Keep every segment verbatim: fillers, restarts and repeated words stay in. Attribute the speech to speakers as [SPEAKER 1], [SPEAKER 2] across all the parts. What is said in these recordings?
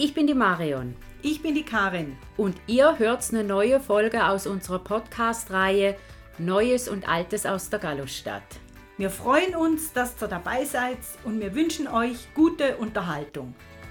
[SPEAKER 1] Ich bin die Marion.
[SPEAKER 2] Ich bin die Karin.
[SPEAKER 1] Und ihr hört eine neue Folge aus unserer Podcast-Reihe Neues und Altes aus der Gallusstadt.
[SPEAKER 2] Wir freuen uns, dass ihr dabei seid und wir wünschen euch gute Unterhaltung.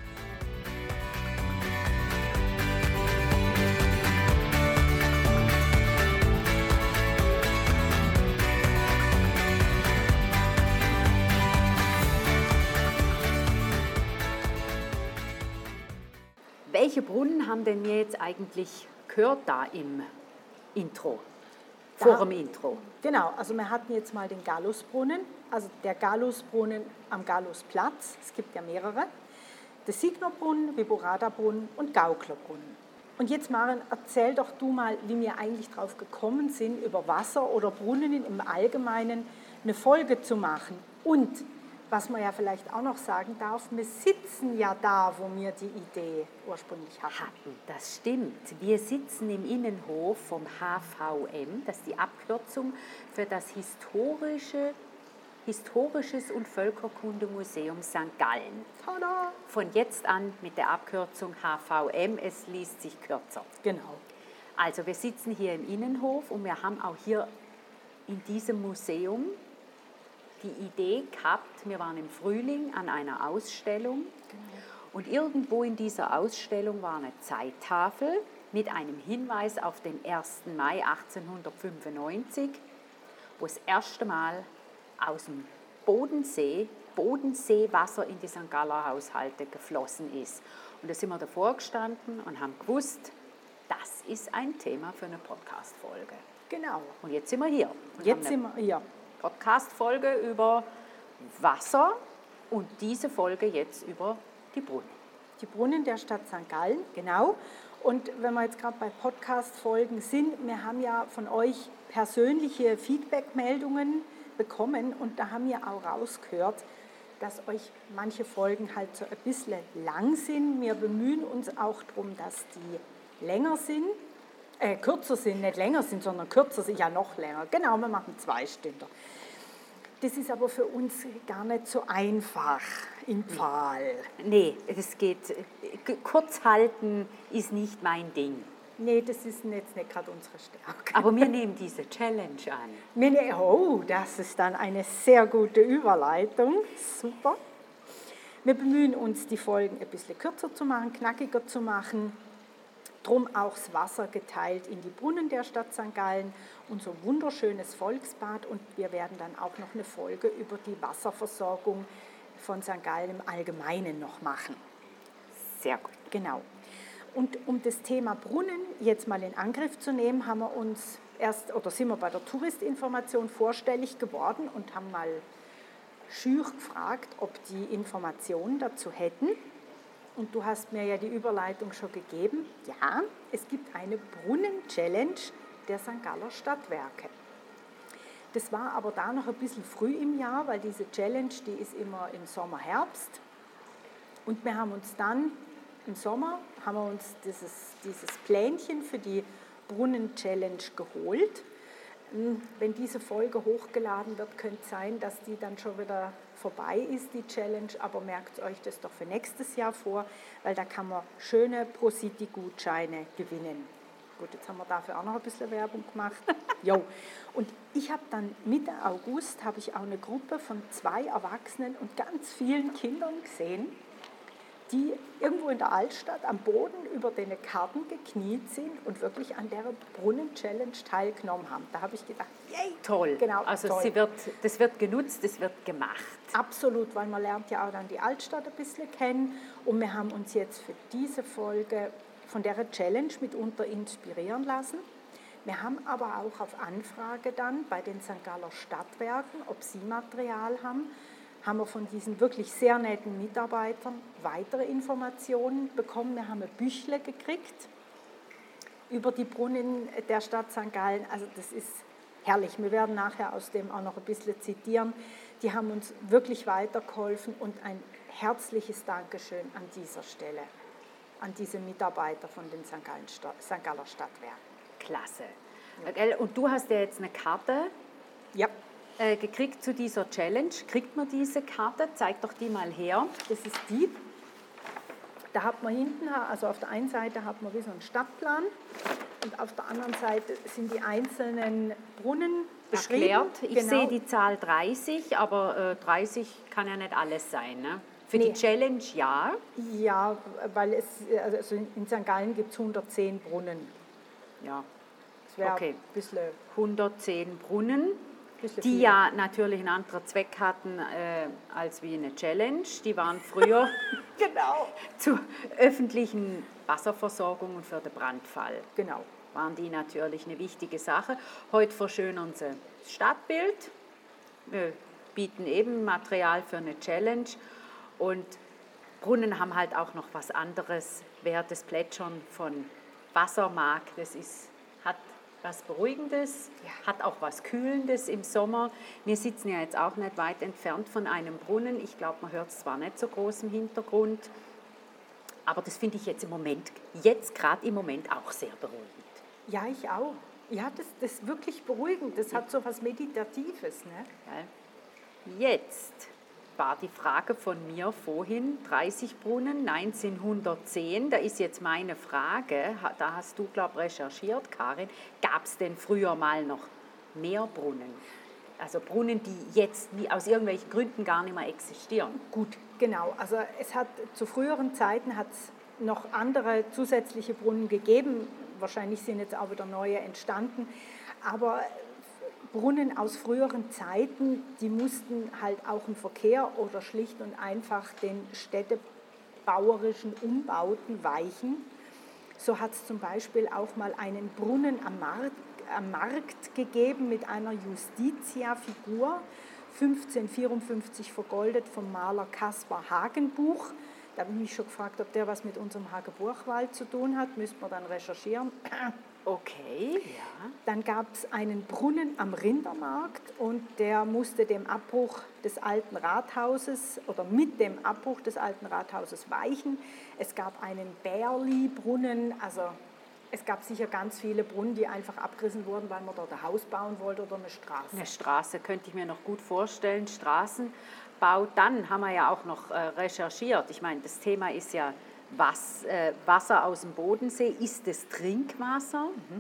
[SPEAKER 1] Welche Brunnen haben denn wir jetzt eigentlich gehört da im Intro, vor
[SPEAKER 2] Da-
[SPEAKER 1] dem Intro?
[SPEAKER 2] Genau, also wir hatten jetzt mal den Gallusbrunnen, also der Gallusbrunnen am Gallusplatz, es gibt ja mehrere, der Signerbrunnen, Viborada-Brunnen und Gauklerbrunnen. Und jetzt Maren, erzähl doch du mal, wie wir eigentlich drauf gekommen sind, über Wasser oder Brunnen im Allgemeinen eine Folge zu machen. Und was man ja vielleicht auch noch sagen darf, wir sitzen ja da, wo wir die Idee ursprünglich hatten.
[SPEAKER 1] Hatten, das stimmt. Wir sitzen im Innenhof vom H V M, das ist die Abkürzung für das Historische, Historisches und Völkerkundemuseum Sankt Gallen.
[SPEAKER 2] Tada!
[SPEAKER 1] Von jetzt an mit der Abkürzung H V M, es liest sich kürzer.
[SPEAKER 2] Genau.
[SPEAKER 1] Also wir sitzen hier im Innenhof und wir haben auch hier in diesem Museum die Idee gehabt, wir waren im Frühling an einer Ausstellung und irgendwo in dieser Ausstellung war eine Zeittafel mit einem Hinweis auf den ersten Mai achtzehnhundertfünfundneunzig, wo das erste Mal aus dem Bodensee, Bodenseewasser in die Sankt Galler Haushalte geflossen ist. Und da sind wir davor gestanden und haben gewusst, das ist ein Thema für eine Podcast-Folge.
[SPEAKER 2] Genau.
[SPEAKER 1] Und jetzt sind wir hier. Und
[SPEAKER 2] Jetzt
[SPEAKER 1] haben
[SPEAKER 2] sind wir hier.
[SPEAKER 1] Podcast-Folge über Wasser und diese Folge jetzt über die Brunnen.
[SPEAKER 2] Die Brunnen der Stadt Sankt Gallen, genau. Und wenn wir jetzt gerade bei Podcast-Folgen sind, wir haben ja von euch persönliche Feedback-Meldungen bekommen und da haben wir auch rausgehört, dass euch manche Folgen halt so ein bisschen lang sind. Wir bemühen uns auch darum, dass die länger sind, äh, kürzer sind, nicht länger sind, sondern kürzer sind, ja noch länger. Genau, wir machen zwei Stunden. Das ist aber für uns gar nicht so einfach im Pfahl.
[SPEAKER 1] Nee, das geht, kurz halten ist nicht mein Ding.
[SPEAKER 2] Nee, das ist jetzt nicht gerade unsere Stärke.
[SPEAKER 1] Aber wir nehmen diese Challenge an.
[SPEAKER 2] Wir ne- Oh, das ist dann eine sehr gute Überleitung. Super. Wir bemühen uns, die Folgen ein bisschen kürzer zu machen, knackiger zu machen. Drum auch das Wasser geteilt in die Brunnen der Stadt Sankt Gallen, unser wunderschönes Volksbad und wir werden dann auch noch eine Folge über die Wasserversorgung von Sankt Gallen im Allgemeinen noch machen.
[SPEAKER 1] Sehr gut.
[SPEAKER 2] Genau. Und um das Thema Brunnen jetzt mal in Angriff zu nehmen, haben wir uns erst, oder sind wir bei der Touristinformation vorstellig geworden und haben mal schür gefragt, ob die Informationen dazu hätten. Und du hast mir ja die Überleitung schon gegeben. Ja, es gibt eine Brunnen-Challenge der Sankt Galler Stadtwerke. Das war aber da noch ein bisschen früh im Jahr, weil diese Challenge, die ist immer im Sommer, Herbst. Und wir haben uns dann im Sommer haben wir uns dieses, dieses Plänchen für die Brunnen-Challenge geholt. Wenn diese Folge hochgeladen wird, könnte es sein, dass die dann schon wieder vorbei ist, die Challenge, aber merkt euch das doch für nächstes Jahr vor, weil da kann man schöne Pro-City-Gutscheine gewinnen. Gut, jetzt haben wir dafür auch noch ein bisschen Werbung gemacht. Jo. Und ich habe dann Mitte August habe ich auch eine Gruppe von zwei Erwachsenen und ganz vielen Kindern gesehen, die irgendwo in der Altstadt am Boden über den Karten gekniet sind und wirklich an der Brunnen-Challenge teilgenommen haben. Da habe ich gedacht, yay,
[SPEAKER 1] Toll.
[SPEAKER 2] Genau,
[SPEAKER 1] also
[SPEAKER 2] toll.
[SPEAKER 1] Sie wird, das wird genutzt, das wird gemacht.
[SPEAKER 2] Absolut, weil man lernt ja auch dann die Altstadt ein bisschen kennen. Und wir haben uns jetzt für diese Folge von der Challenge mitunter inspirieren lassen. Wir haben aber auch auf Anfrage dann bei den Sankt Galler Stadtwerken, ob sie Material haben, haben wir von diesen wirklich sehr netten Mitarbeitern weitere Informationen bekommen. Wir haben ein Büchle gekriegt über die Brunnen der Stadt Sankt Gallen. Also das ist herrlich. Wir werden nachher aus dem auch noch ein bisschen zitieren. Die haben uns wirklich weitergeholfen und ein herzliches Dankeschön an dieser Stelle, an diese Mitarbeiter von den Sankt Gallen, Sankt Galler Stadtwerken.
[SPEAKER 1] Klasse. Ja. Und du hast ja jetzt eine Karte.
[SPEAKER 2] Ja.
[SPEAKER 1] Äh, gekriegt zu dieser Challenge. Kriegt man diese Karte? Zeig doch die mal her.
[SPEAKER 2] Das ist die. Da hat man hinten, also auf der einen Seite hat man wie so einen Stadtplan und auf der anderen Seite sind die einzelnen Brunnen beschrieben.
[SPEAKER 1] Erklärt. Ich
[SPEAKER 2] genau.
[SPEAKER 1] sehe die Zahl dreißig, aber äh, dreißig kann ja nicht alles sein. Ne? Für
[SPEAKER 2] Nee.
[SPEAKER 1] die Challenge ja.
[SPEAKER 2] Ja, weil es, also in Sankt Gallen gibt es hundertzehn Brunnen.
[SPEAKER 1] Ja.
[SPEAKER 2] Das wäre
[SPEAKER 1] Okay.
[SPEAKER 2] ein bisschen,
[SPEAKER 1] hundertzehn Brunnen,
[SPEAKER 2] bisschen
[SPEAKER 1] die
[SPEAKER 2] viel.
[SPEAKER 1] ja natürlich einen anderen Zweck hatten äh, als wie eine Challenge. Die waren früher
[SPEAKER 2] Genau.
[SPEAKER 1] zur öffentlichen Wasserversorgung und für den Brandfall.
[SPEAKER 2] Genau.
[SPEAKER 1] Waren die natürlich eine wichtige Sache. Heute verschönern sie das Stadtbild, wir bieten eben Material für eine Challenge und Brunnen haben halt auch noch was anderes. Wer das Plätschern von Wasser mag, das ist, hat was Beruhigendes,
[SPEAKER 2] Ja.
[SPEAKER 1] hat auch was Kühlendes im Sommer. Wir sitzen ja jetzt auch nicht weit entfernt von einem Brunnen. Ich glaube, man hört es zwar nicht so groß im Hintergrund, aber das finde ich jetzt im Moment, jetzt gerade im Moment auch sehr beruhigend.
[SPEAKER 2] Ja, ich auch. Ja, das, das ist wirklich beruhigend. Das hat so was Meditatives. Ne?
[SPEAKER 1] Jetzt war die Frage von mir vorhin, dreißig Brunnen, neunzehnhundertzehn, da ist jetzt meine Frage, da hast du, glaube ich, recherchiert, Karin, gab es denn früher mal noch mehr Brunnen? Also Brunnen, die jetzt nie, aus irgendwelchen Gründen gar nicht mehr existieren.
[SPEAKER 2] Gut, genau. Also es hat zu früheren Zeiten hat es noch andere zusätzliche Brunnen gegeben. Wahrscheinlich sind jetzt auch wieder neue entstanden. Aber Brunnen aus früheren Zeiten, die mussten halt auch im Verkehr oder schlicht und einfach den städtebauerischen Umbauten weichen. So hat es zum Beispiel auch mal einen Brunnen am Markt, am Markt gegeben mit einer Justitia-Figur, fünfzehnhundertvierundfünfzig vergoldet vom Maler Caspar Hagenbuch. Da habe ich mich schon gefragt, ob der was mit unserem Hagebuchwald zu tun hat. Müsste man dann recherchieren.
[SPEAKER 1] Okay, ja.
[SPEAKER 2] Dann gab es einen Brunnen am Rindermarkt und der musste dem Abbruch des alten Rathauses oder mit dem Abbruch des alten Rathauses weichen. Es gab einen Bärli-Brunnen, also es gab sicher ganz viele Brunnen, die einfach abgerissen wurden, weil man dort ein Haus bauen wollte oder eine Straße.
[SPEAKER 1] Eine Straße könnte ich mir noch gut vorstellen, Straßenbau. Dann haben wir ja auch noch äh, recherchiert. Ich meine, das Thema ist ja was, äh, Wasser aus dem Bodensee. Ist es Trinkwasser? Mhm.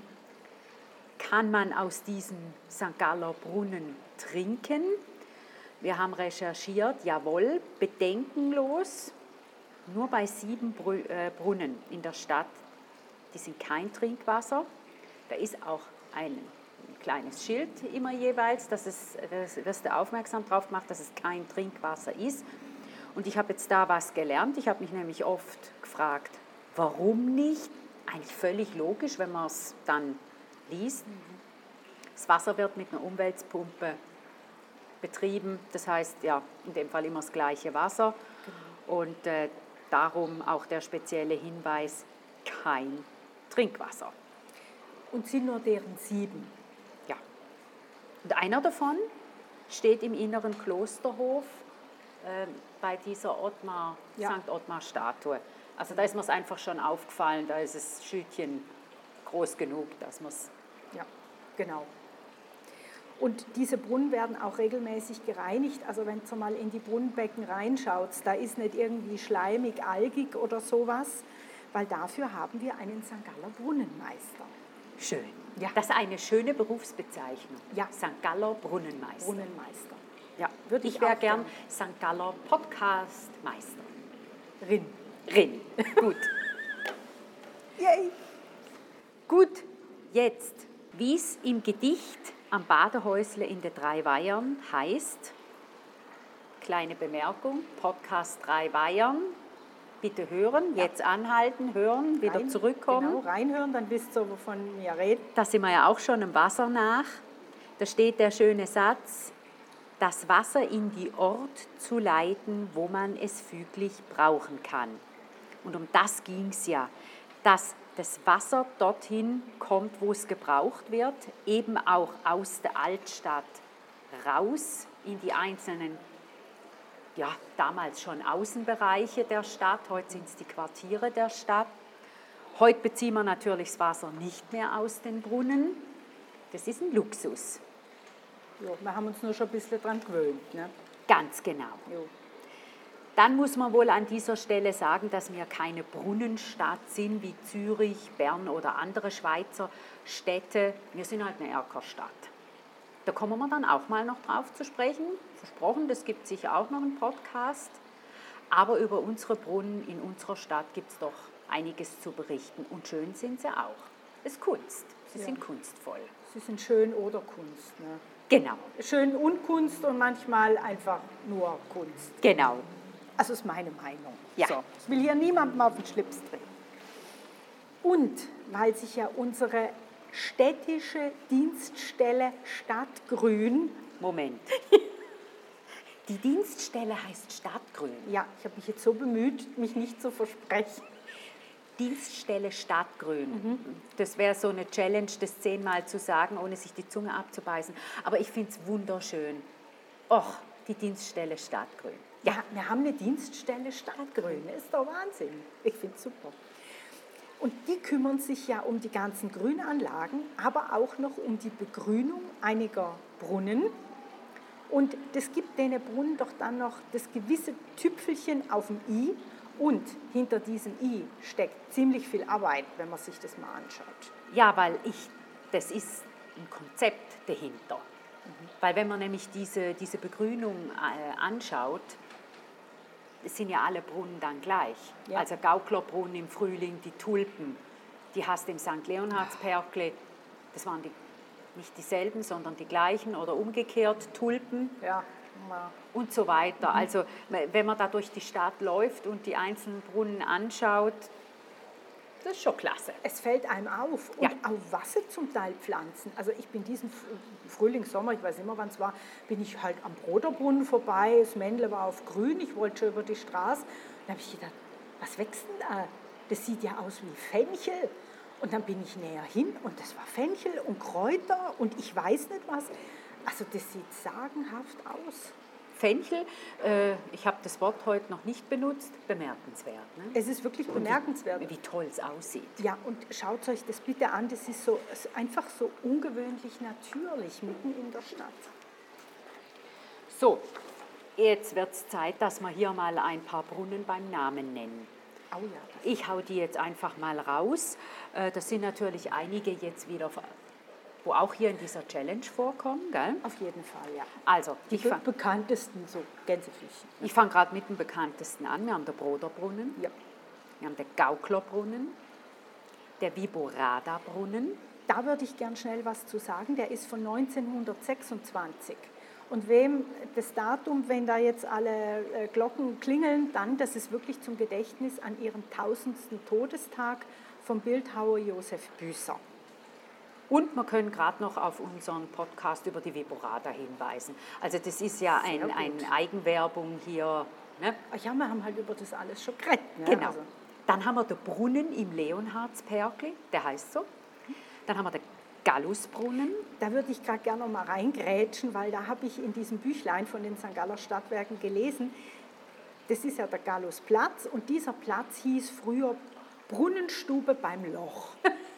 [SPEAKER 1] Kann man aus diesem Sankt Galler Brunnen trinken? Wir haben recherchiert, jawohl, bedenkenlos, nur bei sieben Brü- äh, Brunnen in der Stadt. Die sind kein Trinkwasser. Da ist auch ein kleines Schild immer jeweils, dass es, das wirst du aufmerksam darauf gemacht, dass es kein Trinkwasser ist. Und ich habe jetzt da was gelernt. Ich habe mich nämlich oft gefragt, warum nicht? Eigentlich völlig logisch, wenn man es dann liest. Das Wasser wird mit einer Umweltpumpe betrieben. Das heißt, ja, in dem Fall immer das gleiche Wasser. Und äh, darum auch der spezielle Hinweis, kein Trinkwasser.
[SPEAKER 2] Und sind nur deren sieben.
[SPEAKER 1] Ja. Und einer davon steht im inneren Klosterhof äh, bei dieser Ottmar,
[SPEAKER 2] Ja.
[SPEAKER 1] Sankt Ottmar-Statue. Also da ist mir es einfach schon aufgefallen, da ist das Schütchen groß genug, dass man es...
[SPEAKER 2] Ja, genau. Und diese Brunnen werden auch regelmäßig gereinigt. Also wenn ihr mal in die Brunnenbecken reinschaut, da ist nicht irgendwie schleimig, algig oder sowas, weil dafür haben wir einen Sankt Galler Brunnenmeister.
[SPEAKER 1] Schön.
[SPEAKER 2] Ja.
[SPEAKER 1] Das ist eine schöne Berufsbezeichnung.
[SPEAKER 2] Ja.
[SPEAKER 1] Sankt Galler Brunnenmeister.
[SPEAKER 2] Brunnenmeister.
[SPEAKER 1] Ja,
[SPEAKER 2] Würde
[SPEAKER 1] ich
[SPEAKER 2] ich
[SPEAKER 1] wäre
[SPEAKER 2] auch
[SPEAKER 1] gern
[SPEAKER 2] gern.
[SPEAKER 1] Sankt Galler Podcastmeister.
[SPEAKER 2] Rin.
[SPEAKER 1] Rin. Gut.
[SPEAKER 2] Yay!
[SPEAKER 1] Gut, jetzt, wie es im Gedicht am Badehäusle in den drei Weihern heißt, kleine Bemerkung, Podcast drei Weihern, bitte hören, jetzt anhalten, hören, wieder
[SPEAKER 2] Rein,
[SPEAKER 1] zurückkommen.
[SPEAKER 2] Genau, reinhören, dann wisst ihr, wovon wir reden.
[SPEAKER 1] Da sind wir ja auch schon im Wasser nach. Da steht der schöne Satz, das Wasser in die Ort zu leiten, wo man es füglich brauchen kann. Und um das ging es ja, dass das Wasser dorthin kommt, wo es gebraucht wird, eben auch aus der Altstadt raus in die einzelnen, ja, damals schon Außenbereiche der Stadt, heute sind es die Quartiere der Stadt. Heute beziehen wir natürlich das Wasser nicht mehr aus den Brunnen. Das ist ein Luxus.
[SPEAKER 2] Jo, wir haben uns nur schon ein bisschen dran gewöhnt. Ne?
[SPEAKER 1] Ganz genau.
[SPEAKER 2] Jo.
[SPEAKER 1] Dann muss man wohl an dieser Stelle sagen, dass wir keine Brunnenstadt sind wie Zürich, Bern oder andere Schweizer Städte. Wir sind halt eine Erkerstadt. Da kommen wir dann auch mal noch drauf zu sprechen. Versprochen, das gibt sicher auch noch einen Podcast. Aber über unsere Brunnen in unserer Stadt gibt es doch einiges zu berichten. Und schön sind sie auch. Es ist Kunst. Sie ja. sind kunstvoll.
[SPEAKER 2] Sie sind schön oder Kunst. Ne?
[SPEAKER 1] Genau.
[SPEAKER 2] Schön und Kunst und manchmal einfach nur Kunst.
[SPEAKER 1] Genau.
[SPEAKER 2] Also ist meine Meinung.
[SPEAKER 1] Ja.
[SPEAKER 2] So, ich will hier niemandem auf den Schlips treten. Und weil sich ja unsere städtische Dienststelle Stadtgrün...
[SPEAKER 1] Moment. Die Dienststelle heißt Stadtgrün.
[SPEAKER 2] Ja, ich habe mich jetzt so bemüht, mich nicht zu versprechen.
[SPEAKER 1] Dienststelle Stadtgrün. Mhm. Das wäre so eine Challenge, das zehnmal zu sagen, ohne sich die Zunge abzubeißen. Aber ich finde es wunderschön. Och, die Dienststelle Stadtgrün.
[SPEAKER 2] Ja, ja, wir haben eine Dienststelle Stadtgrün. Das ist doch Wahnsinn. Ich finde es super. Und die kümmern sich ja um die ganzen Grünanlagen, aber auch noch um die Begrünung einiger Brunnen. Und das gibt den Brunnen doch dann noch das gewisse Tüpfelchen auf dem i. Und hinter diesem i steckt ziemlich viel Arbeit, wenn man sich das mal anschaut.
[SPEAKER 1] Ja, weil ich, das ist ein Konzept dahinter. Mhm. Weil wenn man nämlich diese, diese Begrünung äh, anschaut, sind ja alle Brunnen dann gleich. Ja. Also Gauklerbrunnen im Frühling, die Tulpen, die hast du im Sankt Leonhardsperkle, das waren die, nicht dieselben, sondern die gleichen oder umgekehrt, Tulpen
[SPEAKER 2] ja. Ja.
[SPEAKER 1] und so weiter.
[SPEAKER 2] Mhm.
[SPEAKER 1] Also wenn man da durch die Stadt läuft und die einzelnen Brunnen anschaut, das ist schon klasse.
[SPEAKER 2] Es fällt einem auf. Und
[SPEAKER 1] ja.
[SPEAKER 2] auch was sie zum Teil pflanzen. Also ich bin diesen Frühling, Sommer, ich weiß nicht mehr, wann es war, bin ich halt am Broderbrunnen vorbei, das Männle war auf grün, ich wollte schon über die Straße. Da habe ich gedacht, was wächst denn da? Das sieht ja aus wie Fenchel. Und dann bin ich näher hin und das war Fenchel und Kräuter und ich weiß nicht was. Also das sieht sagenhaft aus.
[SPEAKER 1] Fenchel, äh, ich habe das Wort heute noch nicht benutzt, bemerkenswert. Ne?
[SPEAKER 2] Es ist wirklich bemerkenswert.
[SPEAKER 1] Wie, wie toll es aussieht.
[SPEAKER 2] Ja, und schaut euch das bitte an, das ist so ist einfach so ungewöhnlich natürlich, mitten in der Stadt.
[SPEAKER 1] So, jetzt wird es Zeit, dass wir hier mal ein paar Brunnen beim Namen nennen.
[SPEAKER 2] Oh ja,
[SPEAKER 1] ich hau die jetzt einfach mal raus. Äh, das sind natürlich einige jetzt wieder, wo auch hier in dieser Challenge vorkommen, gell?
[SPEAKER 2] Auf jeden Fall, ja.
[SPEAKER 1] Also,
[SPEAKER 2] die fang, bekanntesten, so Gänsefüßchen.
[SPEAKER 1] Ich fange gerade mit dem bekanntesten an. Wir haben den Broderbrunnen,
[SPEAKER 2] ja.
[SPEAKER 1] wir haben den Gauklerbrunnen, der Viborada-Brunnen.
[SPEAKER 2] Da würde ich gern schnell was zu sagen. Der ist von neunzehnhundertsechsundzwanzig. Und wem das Datum, wenn da jetzt alle äh, Glocken klingeln, dann, das ist wirklich zum Gedächtnis an ihren tausendsten Todestag vom Bildhauer Josef Büsser.
[SPEAKER 1] Und wir können gerade noch auf unseren Podcast über die Viborada hinweisen. Also das ist ja ein, eine Eigenwerbung hier. Ne?
[SPEAKER 2] Ach ja, wir haben halt über das alles schon geredet. Ne?
[SPEAKER 1] Genau.
[SPEAKER 2] Also.
[SPEAKER 1] Dann haben wir den Brunnen im Leonhardsperkle, der heißt so. Dann haben wir den Gallusbrunnen.
[SPEAKER 2] Da würde ich gerade gerne noch mal reingrätschen, weil da habe ich in diesem Büchlein von den Sankt Galler Stadtwerken gelesen, das ist ja der Gallusplatz und dieser Platz hieß früher Brunnenstube beim Loch.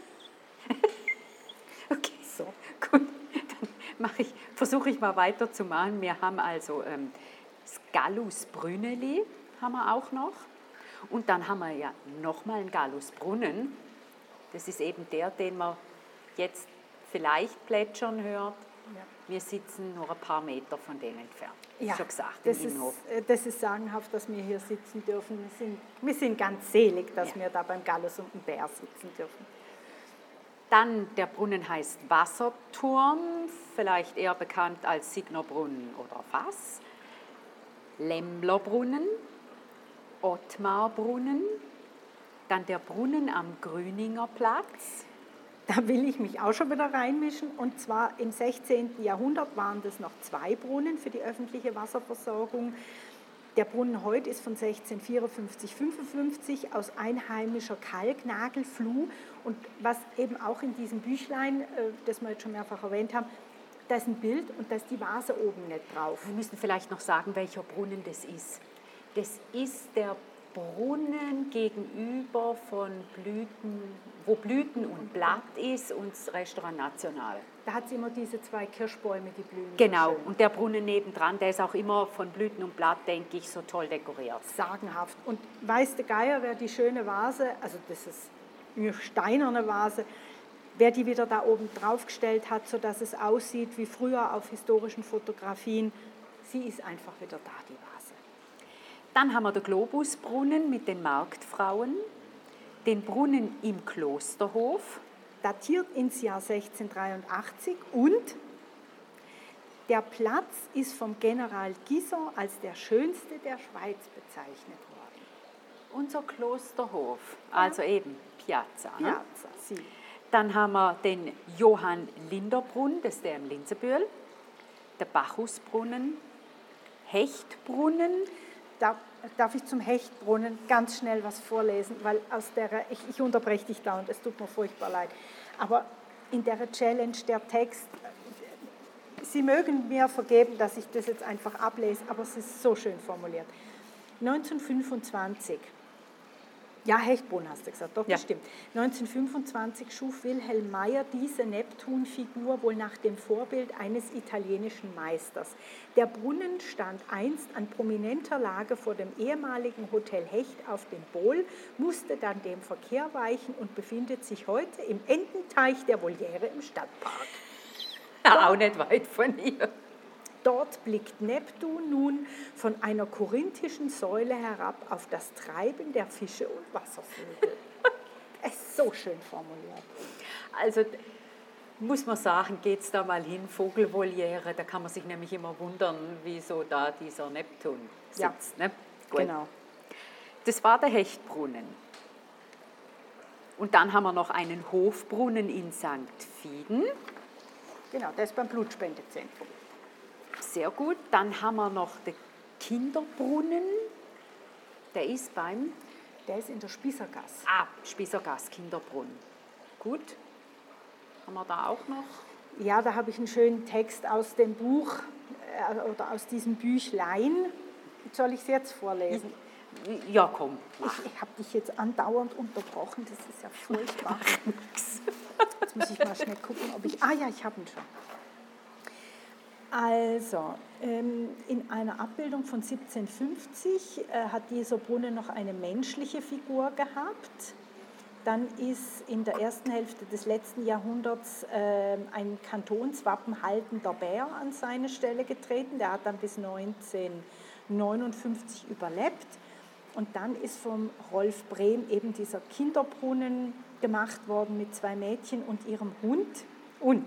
[SPEAKER 1] Okay, so, gut. Dann ich, versuche ich mal weiterzumachen. Wir haben also ähm, das Gallusbrünneli haben wir auch noch. Und dann haben wir ja nochmal einen Gallusbrunnen. Das ist eben der, den man jetzt vielleicht plätschern hört. Ja. Wir sitzen nur ein paar Meter von denen entfernt.
[SPEAKER 2] Ja,
[SPEAKER 1] schon gesagt,
[SPEAKER 2] das, ist, das ist sagenhaft, dass wir hier sitzen dürfen. Wir sind, wir sind ganz selig, dass ja. wir da beim Gallus und dem Bär sitzen dürfen.
[SPEAKER 1] Dann der Brunnen heißt Wasserturm, vielleicht eher bekannt als Signerbrunnen oder Fass. Lämmlerbrunnen, Ottmarbrunnen, dann der Brunnen am Grüninger Platz.
[SPEAKER 2] Da will ich mich auch schon wieder reinmischen. Und zwar im sechzehnten Jahrhundert waren das noch zwei Brunnen für die öffentliche Wasserversorgung. Der Brunnen heute ist von sechzehnhundertvierundfünfzig fünfundfünfzig aus einheimischer Kalknagelfluh. Und was eben auch in diesem Büchlein, das wir jetzt schon mehrfach erwähnt haben, da ist ein Bild und da ist die Vase oben nicht drauf.
[SPEAKER 1] Wir müssen vielleicht noch sagen, welcher Brunnen das ist. Das ist der Brunnen gegenüber von Blüten, wo Blüten und Blatt ist, und das Restaurant National.
[SPEAKER 2] Da hat es immer diese zwei Kirschbäume, die blühen.
[SPEAKER 1] Genau,
[SPEAKER 2] so schön.
[SPEAKER 1] und der Brunnen nebendran, der ist auch immer von Blüten und Blatt, denke ich, so toll dekoriert.
[SPEAKER 2] Sagenhaft. Und weiß der Geier, wer die schöne Vase, also das ist eine steinerne Vase, wer die wieder da oben draufgestellt hat, sodass es aussieht wie früher auf historischen Fotografien, sie ist einfach wieder da, die Vase.
[SPEAKER 1] Dann haben wir den Globusbrunnen mit den Marktfrauen, den Brunnen im Klosterhof.
[SPEAKER 2] Datiert ins Jahr sechzehnhundertdreiundachtzig und der Platz ist vom General Guison als der schönste der Schweiz bezeichnet worden.
[SPEAKER 1] Unser Klosterhof, also ja. eben Piazza. Ne?
[SPEAKER 2] Piazza, sie.
[SPEAKER 1] Dann haben wir den Johann Linderbrunnen, das ist der im Linzebühl, der Bacchusbrunnen, Hechtbrunnen.
[SPEAKER 2] Da darf ich zum Hechtbrunnen ganz schnell was vorlesen, weil aus der, ich, ich unterbreche dich da und es tut mir furchtbar leid, aber in der Challenge der Text, Sie mögen mir vergeben, dass ich das jetzt einfach ablese, aber es ist so schön formuliert. neunzehnhundertfünfundzwanzig, ja, Hechtbrunn hast du gesagt, doch,
[SPEAKER 1] ja.
[SPEAKER 2] das stimmt. neunzehnhundertfünfundzwanzig schuf Wilhelm Meyer diese Neptunfigur wohl nach dem Vorbild eines italienischen Meisters. Der Brunnen stand einst an prominenter Lage vor dem ehemaligen Hotel Hecht auf dem Bohl, musste dann dem Verkehr weichen und befindet sich heute im Ententeich der Voliere im Stadtpark.
[SPEAKER 1] Ja, auch nicht weit von hier.
[SPEAKER 2] Dort blickt Neptun nun von einer korinthischen Säule herab auf das Treiben der Fische und Wasservögel. Es ist so schön formuliert.
[SPEAKER 1] Also muss man sagen, geht es da mal hin, Vogelvoliere, da kann man sich nämlich immer wundern, wieso da dieser Neptun sitzt.
[SPEAKER 2] Ja,
[SPEAKER 1] ne? Gut.
[SPEAKER 2] Genau.
[SPEAKER 1] Das war der Hechtbrunnen. Und dann haben wir noch einen Hofbrunnen in Sankt Fieden.
[SPEAKER 2] Genau, der ist beim Blutspendezentrum.
[SPEAKER 1] Sehr gut. Dann haben wir noch den Kinderbrunnen. Der ist beim...
[SPEAKER 2] Der ist in der Spießergasse.
[SPEAKER 1] Ah, Spießergasse, Kinderbrunnen. Gut. Haben wir da auch noch?
[SPEAKER 2] Ja, da habe ich einen schönen Text aus dem Buch äh, oder aus diesem Büchlein. Soll ich es jetzt vorlesen?
[SPEAKER 1] Ja, komm.
[SPEAKER 2] Ich, ich habe dich jetzt andauernd unterbrochen, das ist ja furchtbar. Jetzt muss ich mal schnell gucken, ob ich... Ah ja, ich habe ihn schon. Also, ähm, in einer Abbildung von siebzehnhundertfünfzig äh, hat dieser Brunnen noch eine menschliche Figur gehabt. Dann ist in der ersten Hälfte des letzten Jahrhunderts äh, ein Kantonswappen haltender Bär an seine Stelle getreten. Der hat dann bis neunzehnhundertneunundfünfzig überlebt. Und dann ist vom Rolf Brehm eben dieser Kinderbrunnen gemacht worden mit zwei Mädchen und ihrem Hund. Und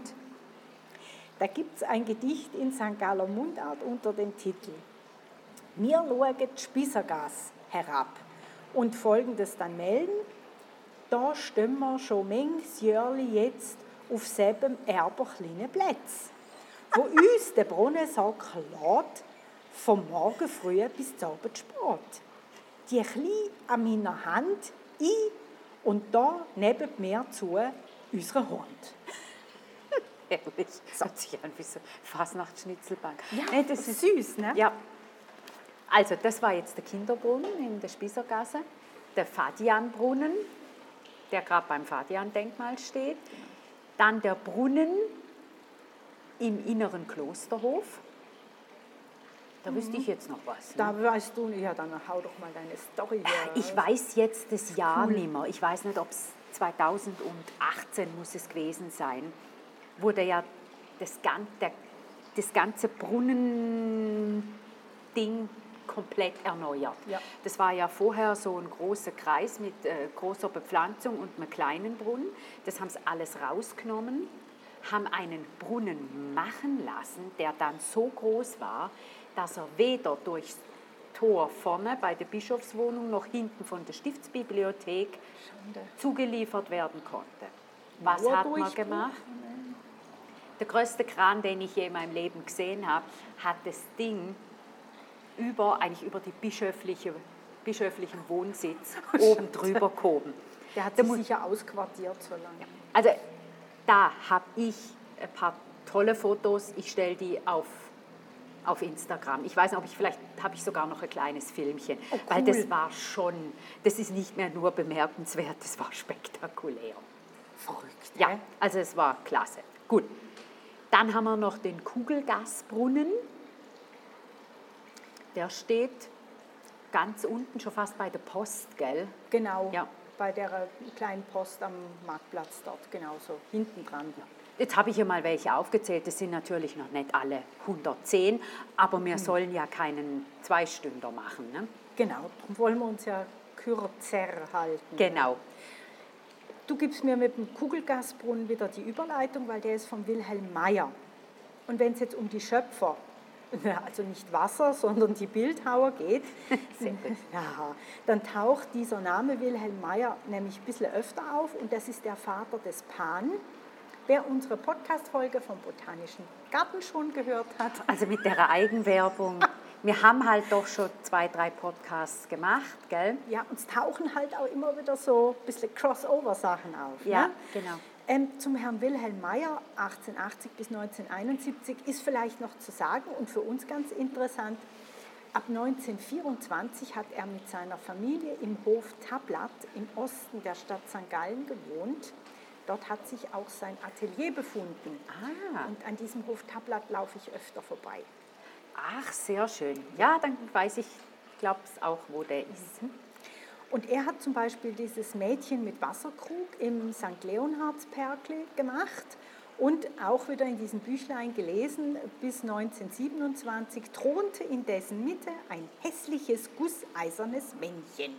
[SPEAKER 2] da gibt es ein Gedicht in Sankt Galler Mundart unter dem Titel «Mir schaut Spießergasse herab» und Folgendes dann melden: «Da stehen wir schon manches Jörli jetzt auf selben erber kleinen Plätz, wo uns der Brunnensacker lädt, vom Morgen früh bis zum Abend spät. Die Kleine an meiner Hand, ich und da neben mir zu unsere Hund.»
[SPEAKER 1] Herrlich. Das hört sich an wie so Fasnachtsschnitzelbank.
[SPEAKER 2] Ja,
[SPEAKER 1] nee, das ist
[SPEAKER 2] süß, ne?
[SPEAKER 1] Ja. Also, das war jetzt der Kinderbrunnen in der Spießergasse. Der Fadianbrunnen, der gerade beim Fadian-Denkmal steht. Dann der Brunnen im inneren Klosterhof. Da mhm. wüsste ich jetzt noch was. Ne?
[SPEAKER 2] Da weißt du, ja, dann hau doch mal deine Story her.
[SPEAKER 1] Ich weiß jetzt das Jahr
[SPEAKER 2] Cool.
[SPEAKER 1] nicht mehr. Ich weiß nicht, ob es zweitausendachtzehn muss es gewesen sein, wurde ja das, der, das ganze Brunnending komplett erneuert.
[SPEAKER 2] Ja.
[SPEAKER 1] Das war ja vorher so ein großer Kreis mit äh, großer Bepflanzung und einem kleinen Brunnen. Das haben sie alles rausgenommen, haben einen Brunnen machen lassen, der dann so groß war, dass er weder durchs Tor vorne bei der Bischofswohnung noch hinten von der Stiftsbibliothek Schande. zugeliefert werden konnte. Was hat man gemacht? Der größte Kran, den ich je in meinem Leben gesehen habe, hat das Ding über, eigentlich über die bischöfliche, bischöflichen Wohnsitz oben drüber gehoben.
[SPEAKER 2] Der hat sich da sicher ausquartiert so lange.
[SPEAKER 1] Also da habe ich ein paar tolle Fotos. Ich stelle die auf auf Instagram. Ich weiß nicht, ob ich vielleicht habe ich sogar noch ein kleines Filmchen,
[SPEAKER 2] oh, cool.
[SPEAKER 1] weil das war schon, das ist nicht mehr nur bemerkenswert, das war spektakulär.
[SPEAKER 2] Verrückt.
[SPEAKER 1] Ja,
[SPEAKER 2] hä?
[SPEAKER 1] also es war klasse. Gut. Dann haben wir noch den Kugelgasbrunnen. Der steht ganz unten, schon fast bei der Post, gell?
[SPEAKER 2] Genau,
[SPEAKER 1] Ja.
[SPEAKER 2] bei der kleinen Post am Marktplatz dort, genau so, hinten dran.
[SPEAKER 1] Jetzt habe ich ja mal welche aufgezählt, das sind natürlich noch nicht alle hundertzehn, aber wir sollen ja keinen Zweistünder machen. Ne?
[SPEAKER 2] Genau, darum wollen wir uns ja kürzer halten.
[SPEAKER 1] Genau.
[SPEAKER 2] Du gibst mir mit dem Kugelgasbrunnen wieder die Überleitung, weil der ist von Wilhelm Meyer. Und wenn es jetzt um die Schöpfer, also nicht Wasser, sondern die Bildhauer geht, ja, dann taucht dieser Name Wilhelm Meyer nämlich ein bisschen öfter auf und das ist der Vater des Pan. Wer unsere Podcast-Folge vom Botanischen Garten schon gehört hat.
[SPEAKER 1] Also mit der Eigenwerbung. Wir haben halt doch schon zwei, drei Podcasts gemacht, gell?
[SPEAKER 2] Ja, uns tauchen halt auch immer wieder so ein bisschen Crossover-Sachen auf.
[SPEAKER 1] Ja,
[SPEAKER 2] ne?
[SPEAKER 1] genau.
[SPEAKER 2] Ähm, zum Herrn Wilhelm Meyer, achtzehnhundertachtzig bis neunzehnhunderteinundsiebzig, ist vielleicht noch zu sagen und für uns ganz interessant, ab neunzehnhundertvierundzwanzig hat er mit seiner Familie im Hof Tablat im Osten der Stadt Sankt Gallen gewohnt. Dort hat sich auch sein Atelier befunden.
[SPEAKER 1] Ah.
[SPEAKER 2] Und an diesem Hof Tablat laufe ich öfter vorbei.
[SPEAKER 1] Ach, sehr schön. Ja, dann weiß ich, glaube ich auch, wo der ist.
[SPEAKER 2] Und er hat zum Beispiel dieses Mädchen mit Wasserkrug im Sankt Leonhardsperkli gemacht und auch wieder in diesem Büchlein gelesen, bis neunzehnhundertsiebenundzwanzig thronte in dessen Mitte ein hässliches gusseisernes Männchen.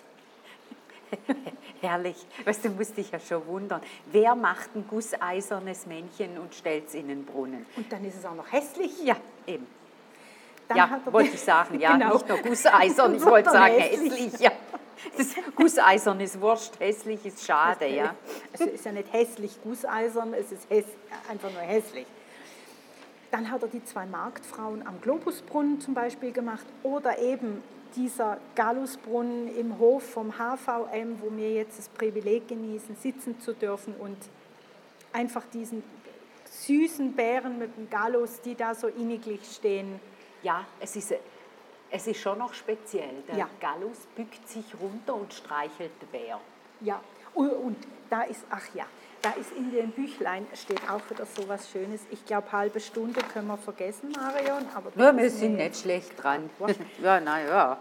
[SPEAKER 1] Herrlich. Weißt du, musst dich ja schon wundern. Wer macht ein gusseisernes Männchen und stellt es in den Brunnen?
[SPEAKER 2] Und dann ist es auch noch hässlich.
[SPEAKER 1] Ja, eben.
[SPEAKER 2] Dann
[SPEAKER 1] ja,
[SPEAKER 2] hat er
[SPEAKER 1] wollte ich sagen. Ja,
[SPEAKER 2] genau.
[SPEAKER 1] nicht nur gusseisern, ich wollte sagen hässlich. Ja. Das Gusseisern ist wurscht, hässlich ist schade. Ja.
[SPEAKER 2] Also es ist ja nicht hässlich gusseisern, es ist häss, einfach nur hässlich. Dann hat er die zwei Marktfrauen am Globusbrunnen zum Beispiel gemacht oder eben dieser Gallusbrunnen im Hof vom H V M, wo wir jetzt das Privileg genießen, sitzen zu dürfen und einfach diesen süßen Bären mit dem Gallus, die da so inniglich stehen.
[SPEAKER 1] Ja, es ist, es ist schon noch speziell. Der
[SPEAKER 2] Ja.
[SPEAKER 1] Gallus bückt sich runter und streichelt den Bär.
[SPEAKER 2] Ja, und, und da ist, ach ja, da ist in dem Büchlein, steht auch wieder so was Schönes. Ich glaube, halbe Stunde können wir vergessen, Marion. Aber
[SPEAKER 1] Ja, wir sind nicht schlecht dran. Ja, naja.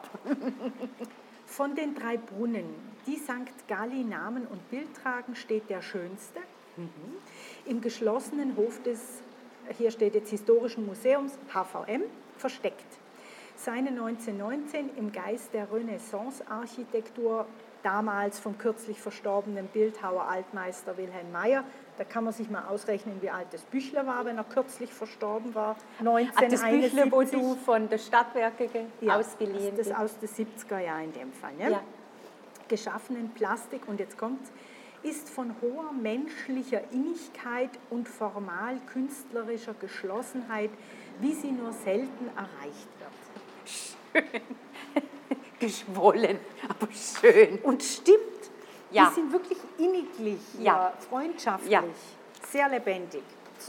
[SPEAKER 2] Von den drei Brunnen, die Sankt Galli Namen und Bild tragen, steht der schönste. Mhm. Im geschlossenen Hof des, hier steht jetzt Historischen Museums, H V M, versteckt. Seine neunzehnhundertneunzehn im Geist der Renaissance-Architektur, damals vom kürzlich verstorbenen Bildhauer Altmeister Wilhelm Meyer. Da kann man sich mal ausrechnen, wie alt das Büchle war, wenn er kürzlich verstorben war. neunzehnhunderteinundsiebzig.
[SPEAKER 1] Das Büchle, wo du von der Stadtwerke
[SPEAKER 2] ja,
[SPEAKER 1] ausgeliehen
[SPEAKER 2] das
[SPEAKER 1] bist.
[SPEAKER 2] aus den siebziger Jahren in dem Fall. Ne?
[SPEAKER 1] Ja.
[SPEAKER 2] Geschaffenen Plastik, und jetzt kommt's, ist von hoher menschlicher Innigkeit und formal künstlerischer Geschlossenheit, wie sie nur selten erreicht wird.
[SPEAKER 1] Schön. Geschwollen, aber schön.
[SPEAKER 2] Und stimmt,
[SPEAKER 1] ja.
[SPEAKER 2] Die sind wirklich inniglich,
[SPEAKER 1] ja.
[SPEAKER 2] Ja, freundschaftlich,
[SPEAKER 1] ja.
[SPEAKER 2] Sehr lebendig. So.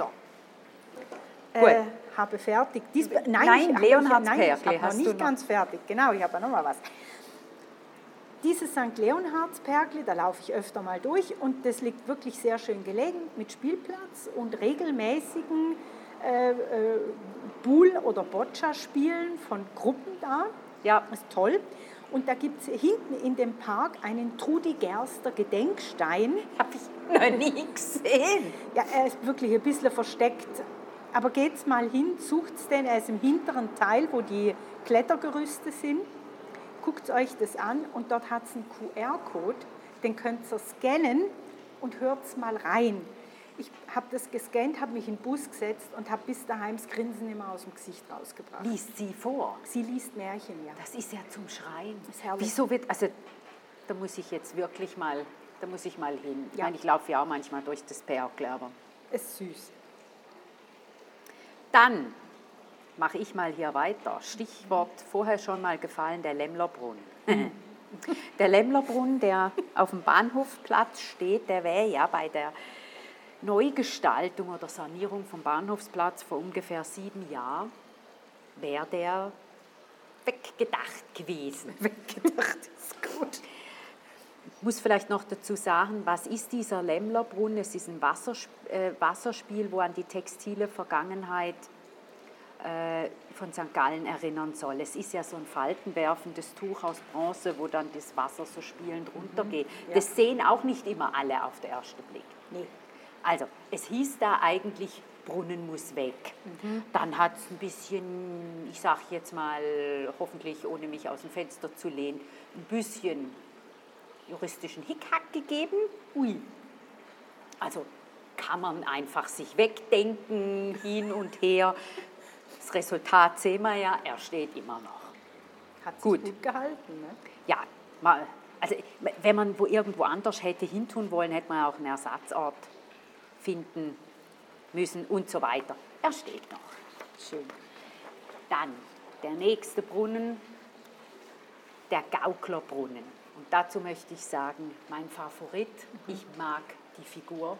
[SPEAKER 1] Gut.
[SPEAKER 2] Äh, habe fertig. Dies, nein,
[SPEAKER 1] nein,
[SPEAKER 2] ich,
[SPEAKER 1] Leonhardsperkli
[SPEAKER 2] ich, ich habe noch
[SPEAKER 1] hast du
[SPEAKER 2] nicht
[SPEAKER 1] noch.
[SPEAKER 2] ganz fertig. Genau, ich habe ja noch mal was. Dieses Sankt Leonhardsperkli, da laufe ich öfter mal durch und das liegt wirklich sehr schön gelegen mit Spielplatz und regelmäßigen äh, äh, Bull- oder Boccia-Spielen von Gruppen da.
[SPEAKER 1] Ja.
[SPEAKER 2] Das ist toll. Und da gibt es hinten in dem Park einen Trudi Gerster Gedenkstein.
[SPEAKER 1] Habe ich noch nie gesehen.
[SPEAKER 2] Ja, er ist wirklich ein bisschen versteckt. Aber geht's mal hin, sucht's den, er ist im hinteren Teil, wo die Klettergerüste sind. Guckt euch das an und dort hat es einen Q R-Code, den könnt ihr scannen und hört's mal rein. Ich habe das gescannt, habe mich in den Bus gesetzt und habe bis daheim das Grinsen immer aus dem Gesicht rausgebracht.
[SPEAKER 1] Liest sie vor?
[SPEAKER 2] Sie liest Märchen, ja.
[SPEAKER 1] Das ist ja zum Schreien.
[SPEAKER 2] Das ist herrlich.
[SPEAKER 1] Wieso wird, also da muss ich jetzt wirklich mal, da muss ich mal hin. Ich
[SPEAKER 2] Ja.
[SPEAKER 1] meine, ich laufe ja auch manchmal durch das Perkle, aber
[SPEAKER 2] Es ist süß.
[SPEAKER 1] dann mache ich mal hier weiter. Stichwort vorher schon mal gefallen, der Lämmlerbrunnen. Der Lämmlerbrunnen, der auf dem Bahnhofplatz steht, der wäre ja bei der Neugestaltung oder Sanierung vom Bahnhofsplatz vor ungefähr sieben Jahren wäre der weggedacht gewesen.
[SPEAKER 2] Weggedacht ist gut.
[SPEAKER 1] Ich muss vielleicht noch dazu sagen, was ist dieser Lämmlerbrunnen? Es ist ein Wassers- äh, Wasserspiel, wo an die textile Vergangenheit äh, von Sankt Gallen erinnern soll. Es ist ja so ein faltenwerfendes Tuch aus Bronze, wo dann das Wasser so spielend runtergeht.
[SPEAKER 2] Mhm, ja.
[SPEAKER 1] Das sehen auch nicht immer alle auf den ersten Blick.
[SPEAKER 2] Nee.
[SPEAKER 1] Also, es hieß da eigentlich, Brunnen muss weg.
[SPEAKER 2] Mhm.
[SPEAKER 1] Dann hat es ein bisschen, ich sage jetzt mal, hoffentlich ohne mich aus dem Fenster zu lehnen, ein bisschen juristischen Hickhack gegeben. Ui. Also kann man einfach sich wegdenken, hin und her. Das Resultat sehen wir ja, er steht immer noch.
[SPEAKER 2] Hat sich
[SPEAKER 1] Gut.
[SPEAKER 2] gut gehalten, ne?
[SPEAKER 1] Ja, mal, also wenn man wo irgendwo anders hätte hintun wollen, hätte man auch einen Ersatzort finden müssen und so weiter. Er steht noch. Schön. Dann der nächste Brunnen, der Gauklerbrunnen. Und dazu möchte ich sagen, mein Favorit, mhm. ich mag die Figur.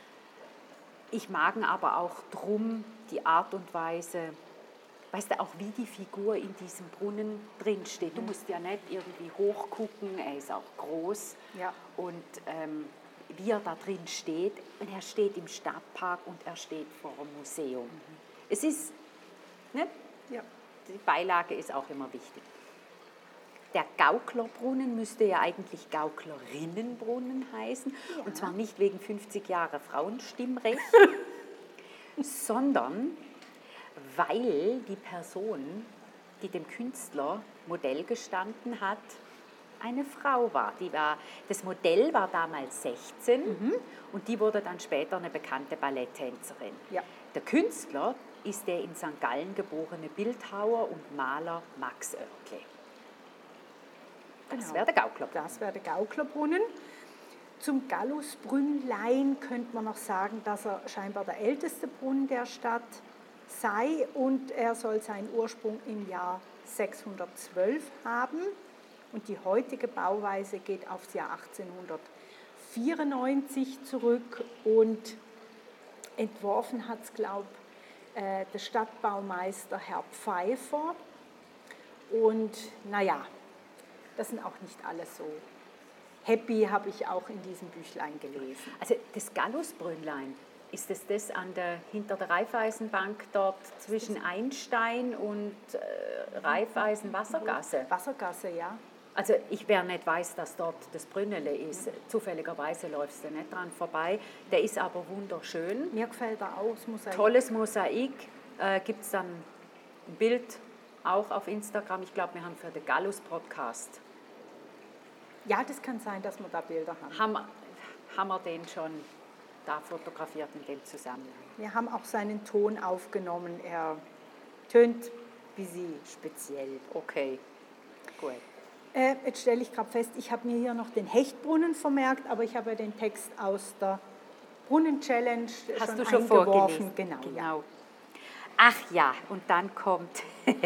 [SPEAKER 1] Ich mag ihn aber auch drum die Art und Weise, weißt du, auch wie die Figur in diesem Brunnen drinsteht. Du musst ja nicht irgendwie hochgucken, er ist auch groß.
[SPEAKER 2] Ja.
[SPEAKER 1] Und ähm, wie er da drin steht, und er steht im Stadtpark und er steht vor dem Museum. Mhm. Es ist, ne?
[SPEAKER 2] Ja.
[SPEAKER 1] Die Beilage ist auch immer wichtig. Der Gauklerbrunnen müsste ja eigentlich Gauklerinnenbrunnen heißen. Ja. Und zwar nicht wegen fünfzig Jahre Frauenstimmrecht, sondern weil die Person, die dem Künstler Modell gestanden hat, eine Frau war. Die war. Das Modell war damals sechzehn mhm. und die wurde dann später eine bekannte Balletttänzerin.
[SPEAKER 2] Ja.
[SPEAKER 1] Der Künstler ist der in Sankt Gallen geborene Bildhauer und Maler Max Oertli. Das
[SPEAKER 2] Genau.
[SPEAKER 1] wäre der Gauklerbrunnen.
[SPEAKER 2] Das wäre der Gauklerbrunnen. Zum Gallusbrünnlein könnte man noch sagen, dass er scheinbar der älteste Brunnen der Stadt sei und er soll seinen Ursprung im Jahr sechshundertzwölf haben. Und die heutige Bauweise geht aufs Jahr achtzehnhundertvierundneunzig zurück und entworfen hat es, glaube ich, äh, der Stadtbaumeister Herr Pfeiffer. Und naja, das sind auch nicht alle so happy, habe ich auch in diesem Büchlein gelesen.
[SPEAKER 1] Also das Gallusbrünnlein, ist das das an der, hinter der Raiffeisenbank dort zwischen Einstein und äh, Raiffeisen-Wassergasse?
[SPEAKER 2] Wassergasse, ja.
[SPEAKER 1] Also ich, wer nicht weiß, dass dort das Brünnele ist, zufälligerweise läufst du nicht dran vorbei. Der ist aber wunderschön.
[SPEAKER 2] Mir gefällt er auch, das Mosaik.
[SPEAKER 1] Tolles Mosaik. Äh, gibt es dann ein Bild auch auf Instagram. Ich glaube, wir haben für den Gallus-Podcast.
[SPEAKER 2] Ja, das kann sein, dass wir da Bilder haben.
[SPEAKER 1] Haben, haben wir den schon da fotografiert in dem Zusammenhang?
[SPEAKER 2] Wir haben auch seinen Ton aufgenommen. Er tönt wie Sie.
[SPEAKER 1] Speziell, okay, gut.
[SPEAKER 2] Äh, jetzt stelle ich gerade fest, ich habe mir hier noch den Hechtbrunnen vermerkt, aber ich habe ja den Text aus der Brunnen-Challenge
[SPEAKER 1] Hast
[SPEAKER 2] schon
[SPEAKER 1] du schon
[SPEAKER 2] eingeworfen.
[SPEAKER 1] vorgelesen?
[SPEAKER 2] Genau,
[SPEAKER 1] genau.
[SPEAKER 2] Ja.
[SPEAKER 1] Ach ja, und dann kommt,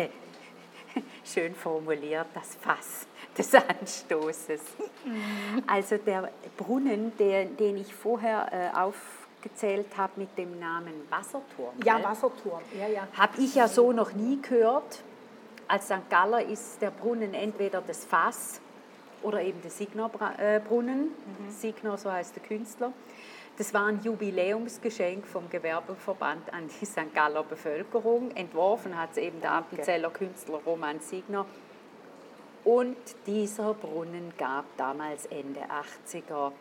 [SPEAKER 1] schön formuliert, das Fass des Anstoßes. Also der Brunnen, der, den ich vorher äh, aufgezählt habe mit dem Namen Wasserturm.
[SPEAKER 2] Ja,
[SPEAKER 1] ne?
[SPEAKER 2] Wasserturm, ja, ja.
[SPEAKER 1] Habe ich ja so noch nie gehört. Als Sankt Galler ist der Brunnen entweder das Fass oder eben der Signer-Brunnen. Mhm. Signer, so heißt der Künstler. Das war ein Jubiläumsgeschenk vom Gewerbeverband an die Sankt Galler Bevölkerung. Entworfen hat es eben der Appenzeller Künstler Roman Signer. Und dieser Brunnen gab damals Ende achtziger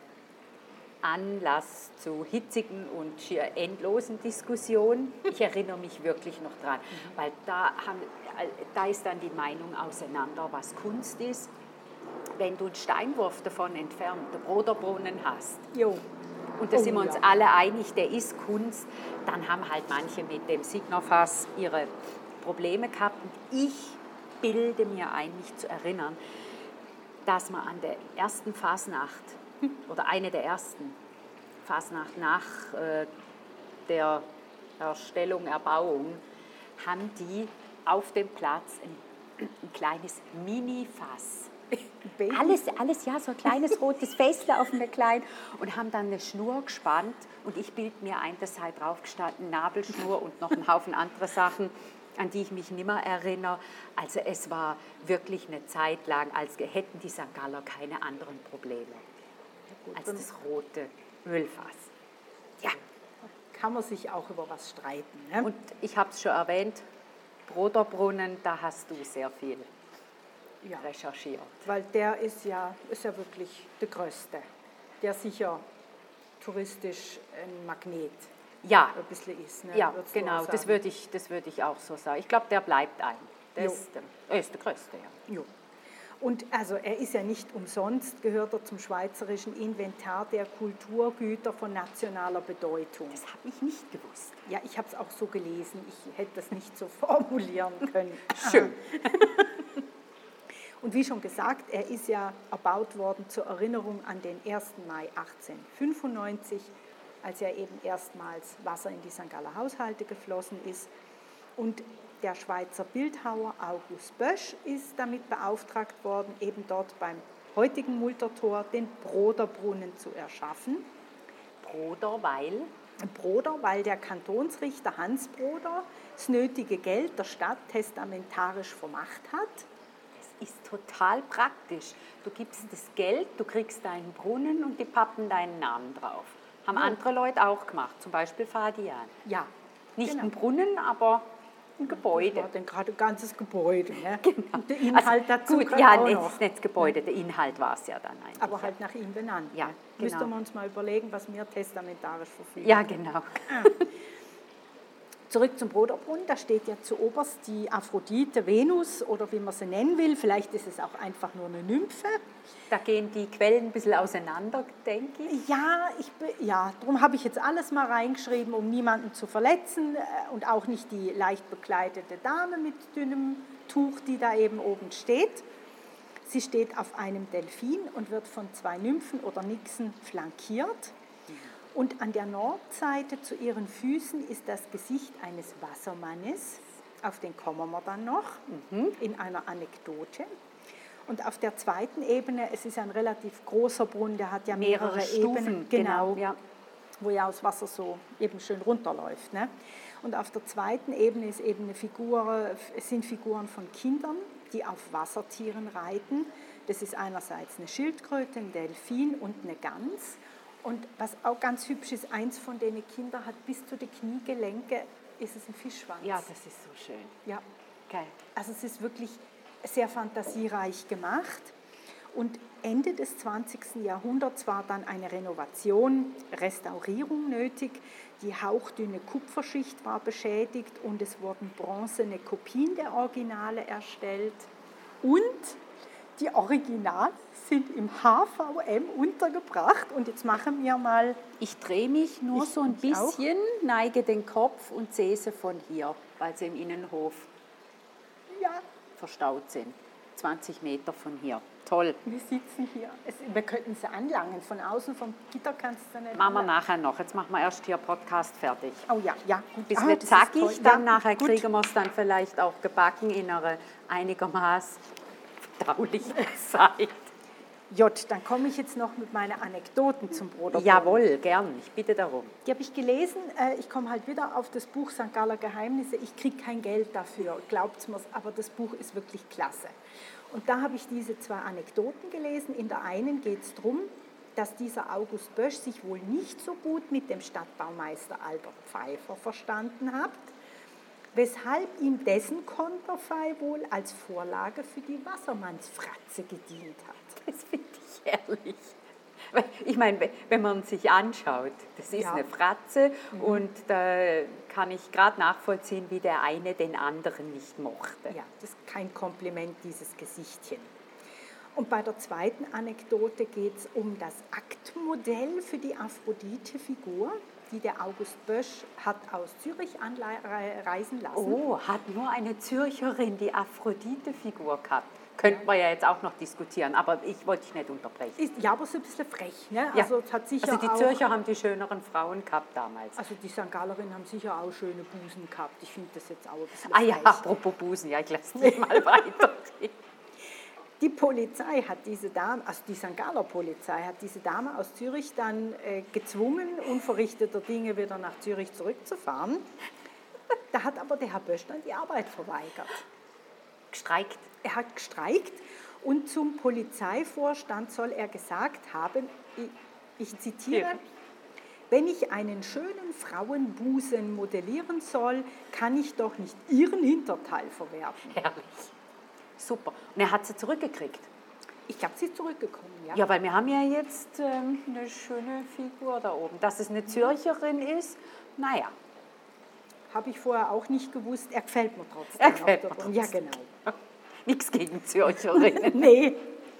[SPEAKER 1] Anlass zu hitzigen und schier endlosen Diskussionen. Ich erinnere mich wirklich noch dran, mhm. weil da, haben, da ist dann die Meinung auseinander, was Kunst ist. Wenn du einen Steinwurf davon entfernt den Broderbrunnen hast,
[SPEAKER 2] jo.
[SPEAKER 1] und da
[SPEAKER 2] oh,
[SPEAKER 1] sind wir uns
[SPEAKER 2] ja.
[SPEAKER 1] alle einig, der ist Kunst, dann haben halt manche mit dem Signerfass ihre Probleme gehabt. Und ich bilde mir ein, mich zu erinnern, dass man an der ersten Fasnacht, oder eine der ersten Fasnacht nach äh, der Erstellung, Erbauung, haben die auf dem Platz ein, ein kleines Mini-Fass. Alles, alles, ja, so ein kleines rotes Fässle auf einer kleinen und haben dann eine Schnur gespannt und ich bilde mir ein, das sei drauf gestanden, Nabelschnur und noch einen Haufen andere Sachen. an die ich mich nicht mehr erinnere. Also es war wirklich eine Zeit lang, als hätten die Sankt Galler keine anderen Probleme
[SPEAKER 2] Gut,
[SPEAKER 1] als das rote Ölfass. Ja.
[SPEAKER 2] Kann man sich auch über was streiten. Ne?
[SPEAKER 1] Und ich habe es schon erwähnt, Broderbrunnen, da hast du sehr viel
[SPEAKER 2] ja.
[SPEAKER 1] recherchiert.
[SPEAKER 2] Weil der ist ja, ist ja wirklich der größte, der sicher touristisch ein Magnet
[SPEAKER 1] ja.
[SPEAKER 2] ein bisschen ist. Ne?
[SPEAKER 1] Ja, genau, das würde ich, das würd ich auch so sagen. Ich glaube, der bleibt ein. Der ist, der ist der größte, ja.
[SPEAKER 2] Jo. Und also er ist ja nicht umsonst, gehört er zum schweizerischen Inventar der Kulturgüter von nationaler Bedeutung.
[SPEAKER 1] Das habe ich nicht gewusst.
[SPEAKER 2] Ja, ich habe es auch so gelesen. Ich hätte das nicht so formulieren können.
[SPEAKER 1] Schön.
[SPEAKER 2] Und wie schon gesagt, er ist ja erbaut worden zur Erinnerung an den ersten Mai achtzehnhundertfünfundneunzig, als ja eben erstmals Wasser in die Sankt Galler Haushalte geflossen ist. Und der Schweizer Bildhauer August Bösch ist damit beauftragt worden, eben dort beim heutigen Multertor den Broderbrunnen zu erschaffen.
[SPEAKER 1] Broder, weil?
[SPEAKER 2] Broder, weil der Kantonsrichter Hans Broder das nötige Geld der Stadt testamentarisch vermacht hat.
[SPEAKER 1] Das ist total praktisch. Du gibst das Geld, du kriegst deinen Brunnen und die pappen deinen Namen drauf. Haben ja. andere Leute auch gemacht, zum Beispiel Fadian.
[SPEAKER 2] Ja.
[SPEAKER 1] Nicht
[SPEAKER 2] genau.
[SPEAKER 1] ein Brunnen, aber ein Gebäude.
[SPEAKER 2] Das war dann gerade ein ganzes Gebäude. Ne?
[SPEAKER 1] Genau.
[SPEAKER 2] Und der Inhalt
[SPEAKER 1] also,
[SPEAKER 2] dazu
[SPEAKER 1] gut, ja,
[SPEAKER 2] auch
[SPEAKER 1] nicht,
[SPEAKER 2] noch.
[SPEAKER 1] nicht das Gebäude, der Inhalt war es ja dann eigentlich.
[SPEAKER 2] Aber halt nach ihm benannt.
[SPEAKER 1] Ja,
[SPEAKER 2] ne?
[SPEAKER 1] genau.
[SPEAKER 2] Müssten wir uns mal überlegen, was wir testamentarisch verfügen.
[SPEAKER 1] Ja, genau.
[SPEAKER 2] Ah. Zurück zum Broderbrunnen, da steht ja zuoberst die Aphrodite, Venus oder wie man sie nennen will. Vielleicht ist es auch einfach nur eine Nymphe.
[SPEAKER 1] Da gehen die Quellen ein bisschen auseinander, denke ich.
[SPEAKER 2] Ja, ich, ja darum habe ich jetzt alles mal reingeschrieben, um niemanden zu verletzen und auch nicht die leicht bekleidete Dame mit dünnem Tuch, die da eben oben steht. Sie steht auf einem Delphin und wird von zwei Nymphen oder Nixen flankiert. Und an der Nordseite zu ihren Füßen ist das Gesicht eines Wassermannes. Auf den kommen wir dann noch, mhm. in einer Anekdote. Und auf der zweiten Ebene, es ist ein relativ großer Brunnen, der hat ja mehrere, mehrere Ebenen, genau, genau ja. wo ja das Wasser so eben schön runterläuft. Ne? Und auf der zweiten Ebene ist eben eine Figur, es sind Figuren von Kindern, die auf Wassertieren reiten. Das ist einerseits eine Schildkröte, ein Delfin und eine Gans. Und was auch ganz hübsch ist, eins von den Kindern hat bis zu den Kniegelenke, ist es ein Fischschwanz.
[SPEAKER 1] Ja, das ist so schön.
[SPEAKER 2] Ja.
[SPEAKER 1] Geil.
[SPEAKER 2] Also es ist wirklich sehr fantasiereich gemacht. Und Ende des zwanzigsten Jahrhunderts war dann eine Renovation, Restaurierung nötig. Die hauchdünne Kupferschicht war beschädigt und es wurden bronzene Kopien der Originale erstellt. Und die Originale sind im H V M untergebracht. Und jetzt machen wir mal...
[SPEAKER 1] Ich drehe mich nur so ein bisschen, auch. neige den Kopf und sehe sie von hier, weil sie im Innenhof
[SPEAKER 2] ja.
[SPEAKER 1] verstaut sind. zwanzig Meter von hier. Toll.
[SPEAKER 2] Wir sitzen hier. Es, wir könnten sie anlangen. Von außen vom Gitter kannst du nicht...
[SPEAKER 1] Machen wir nachher noch. Jetzt machen wir erst hier Podcast fertig.
[SPEAKER 2] Oh ja, ja.
[SPEAKER 1] Ein bisschen ah, zackig, dann ja, nachher gut. kriegen wir es dann vielleicht auch gebacken in einer einigermaßen vertraulichen Zeit.
[SPEAKER 2] Jott, dann komme ich jetzt noch mit meinen Anekdoten zum Broderbrunnen.
[SPEAKER 1] Jawohl, gern. Ich bitte darum.
[SPEAKER 2] Die habe ich gelesen. Ich komme halt wieder auf das Buch Sankt Galler Geheimnisse. Ich kriege kein Geld dafür, glaubt's mir, aber das Buch ist wirklich klasse. Und da habe ich diese zwei Anekdoten gelesen. In der einen geht es darum, dass dieser August Bösch sich wohl nicht so gut mit dem Stadtbaumeister Albert Pfeiffer verstanden hat, weshalb ihm dessen Konterfei wohl als Vorlage für die Wassermannsfratze gedient hat.
[SPEAKER 1] Das finde ich herrlich. Ich meine, wenn man sich anschaut, das ist ja. eine Fratze mhm. und da kann ich gerade nachvollziehen, wie der eine den anderen nicht mochte.
[SPEAKER 2] Ja, das ist kein Kompliment, dieses Gesichtchen. Und bei der zweiten Anekdote geht es um das Aktmodell für die Aphrodite-Figur, die der August Bösch hat aus Zürich anreisen lassen.
[SPEAKER 1] Oh, hat nur eine Zürcherin die Aphrodite-Figur gehabt. Könnten wir ja jetzt auch noch diskutieren, aber ich wollte dich nicht unterbrechen.
[SPEAKER 2] Ist, ja, aber so ein bisschen frech. Ne?
[SPEAKER 1] Ja.
[SPEAKER 2] Also, es hat sicher
[SPEAKER 1] also die
[SPEAKER 2] auch,
[SPEAKER 1] Zürcher haben die schöneren Frauen gehabt damals.
[SPEAKER 2] Also die Sankt Gallerinnen haben sicher auch schöne Busen gehabt. Ich finde das jetzt auch ein bisschen
[SPEAKER 1] Ah
[SPEAKER 2] frech.
[SPEAKER 1] ja, apropos Busen, ja, ich lasse dich mal weitergehen.
[SPEAKER 2] Die Polizei hat diese Dame, also die Sankt Galler Polizei hat diese Dame aus Zürich dann äh, gezwungen, unverrichteter Dinge wieder nach Zürich zurückzufahren. Da hat aber der Herr Böschner die Arbeit verweigert.
[SPEAKER 1] Gestreikt.
[SPEAKER 2] Er hat gestreikt und zum Polizeivorstand soll er gesagt haben, ich, ich zitiere, ja. Wenn ich einen schönen Frauenbusen modellieren soll, kann ich doch nicht Ihren Hinterteil verwerfen.
[SPEAKER 1] Herrlich. Super. Und er hat sie zurückgekriegt.
[SPEAKER 2] Ich glaube, sie ist zurückgekommen, ja.
[SPEAKER 1] Ja, weil wir haben ja jetzt ähm, eine schöne Figur da oben. Dass es eine Zürcherin ist, naja.
[SPEAKER 2] Habe ich vorher auch nicht gewusst. Er gefällt mir trotzdem.
[SPEAKER 1] Er gefällt mir trotzdem.
[SPEAKER 2] Ja, genau.
[SPEAKER 1] Nichts gegen Zürcherinnen.
[SPEAKER 2] Nee.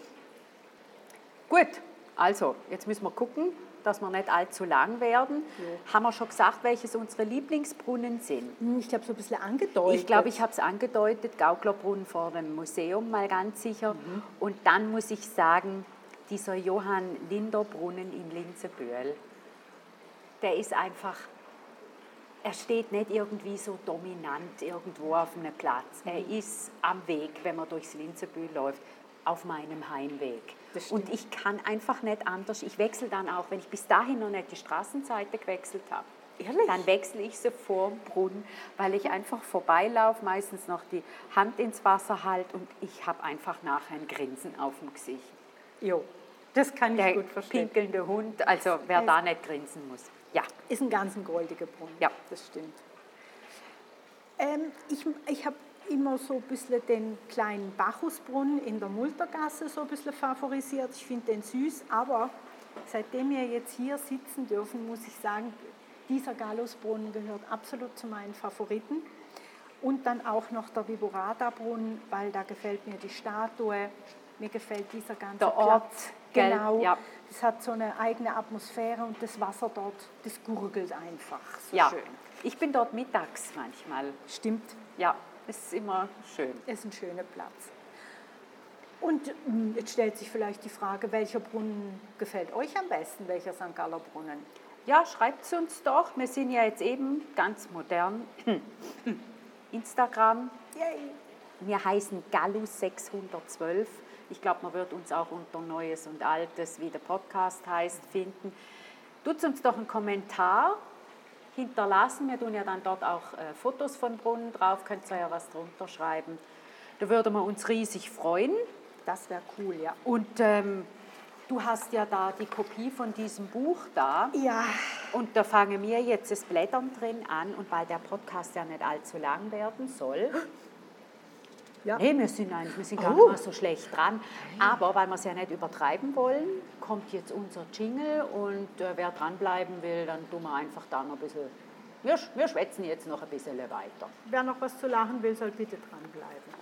[SPEAKER 1] Gut, also, jetzt müssen wir gucken, dass wir nicht allzu lang werden. Ja. Haben wir schon gesagt, welches unsere Lieblingsbrunnen sind?
[SPEAKER 2] Ich glaube, so ein bisschen angedeutet.
[SPEAKER 1] Ich glaube, ich habe es angedeutet. Gauklerbrunnen vor dem Museum, mal ganz sicher. Mhm. Und dann muss ich sagen, dieser Johann Linder Brunnen in Linzebühl, der ist einfach, er steht nicht irgendwie so dominant irgendwo auf einem Platz. Mhm. Er ist am Weg, wenn man durchs Linzebühl läuft, auf meinem Heimweg. Und ich kann einfach nicht anders. Ich wechsle dann auch, wenn ich bis dahin noch nicht die Straßenseite gewechselt habe,
[SPEAKER 2] Ehrlich?
[SPEAKER 1] dann wechsle ich sie vor dem Brunnen, weil ich einfach vorbeilaufe, meistens noch die Hand ins Wasser halte und ich habe einfach nachher ein Grinsen auf dem Gesicht.
[SPEAKER 2] Jo, das kann ich
[SPEAKER 1] Der
[SPEAKER 2] gut verstehen.
[SPEAKER 1] Der pinkelnde Hund, also wer es da nicht grinsen muss. Ja.
[SPEAKER 2] Ist ein ganz ein goldiger Brunnen.
[SPEAKER 1] Ja.
[SPEAKER 2] Das stimmt. Ähm, ich ich habe immer so ein bisschen den kleinen Bacchusbrunnen in der Multergasse so ein bisschen favorisiert. Ich finde den süß, aber seitdem wir jetzt hier sitzen dürfen, muss ich sagen, dieser Gallusbrunnen gehört absolut zu meinen Favoriten. Und dann auch noch der Viborata-Brunnen, weil da gefällt mir die Statue, mir gefällt dieser ganze
[SPEAKER 1] der Ort,
[SPEAKER 2] Platz.
[SPEAKER 1] Gell?
[SPEAKER 2] Genau,
[SPEAKER 1] ja.
[SPEAKER 2] Das hat so eine eigene Atmosphäre und das Wasser dort, das gurgelt einfach so
[SPEAKER 1] ja.
[SPEAKER 2] schön.
[SPEAKER 1] Ich bin dort mittags manchmal.
[SPEAKER 2] Stimmt.
[SPEAKER 1] Ja. Es ist immer schön.
[SPEAKER 2] Es ist ein schöner Platz. Und jetzt stellt sich vielleicht die Frage, welcher Brunnen gefällt euch am besten, welcher Sankt Galler Brunnen?
[SPEAKER 1] Ja, schreibt es uns doch. Wir sind ja jetzt eben ganz modern. Instagram.
[SPEAKER 2] Yay.
[SPEAKER 1] Wir heißen Gallus sechshundertzwölf. Ich glaube, man wird uns auch unter Neues und Altes, wie der Podcast heißt, finden. Tut uns doch einen Kommentar hinterlassen. Wir tun ja dann dort auch äh, Fotos von Brunnen drauf, könnt ihr ja was drunter schreiben. Da würden wir uns riesig freuen.
[SPEAKER 2] Das wäre cool, ja.
[SPEAKER 1] Und ähm, du hast ja da die Kopie von diesem Buch da.
[SPEAKER 2] Ja.
[SPEAKER 1] Und da fangen wir jetzt das Blättern drin an. Und weil der Podcast ja nicht allzu lang werden soll, ja. Nee, wir sind, eigentlich, wir sind gar oh. nicht mal so schlecht dran. Aber weil wir es ja nicht übertreiben wollen, kommt jetzt unser Jingle und äh, wer dranbleiben will, dann tun wir einfach da noch ein bisschen, wir, wir schwätzen jetzt noch ein bisschen weiter.
[SPEAKER 2] Wer noch was zu lachen will, soll bitte dranbleiben.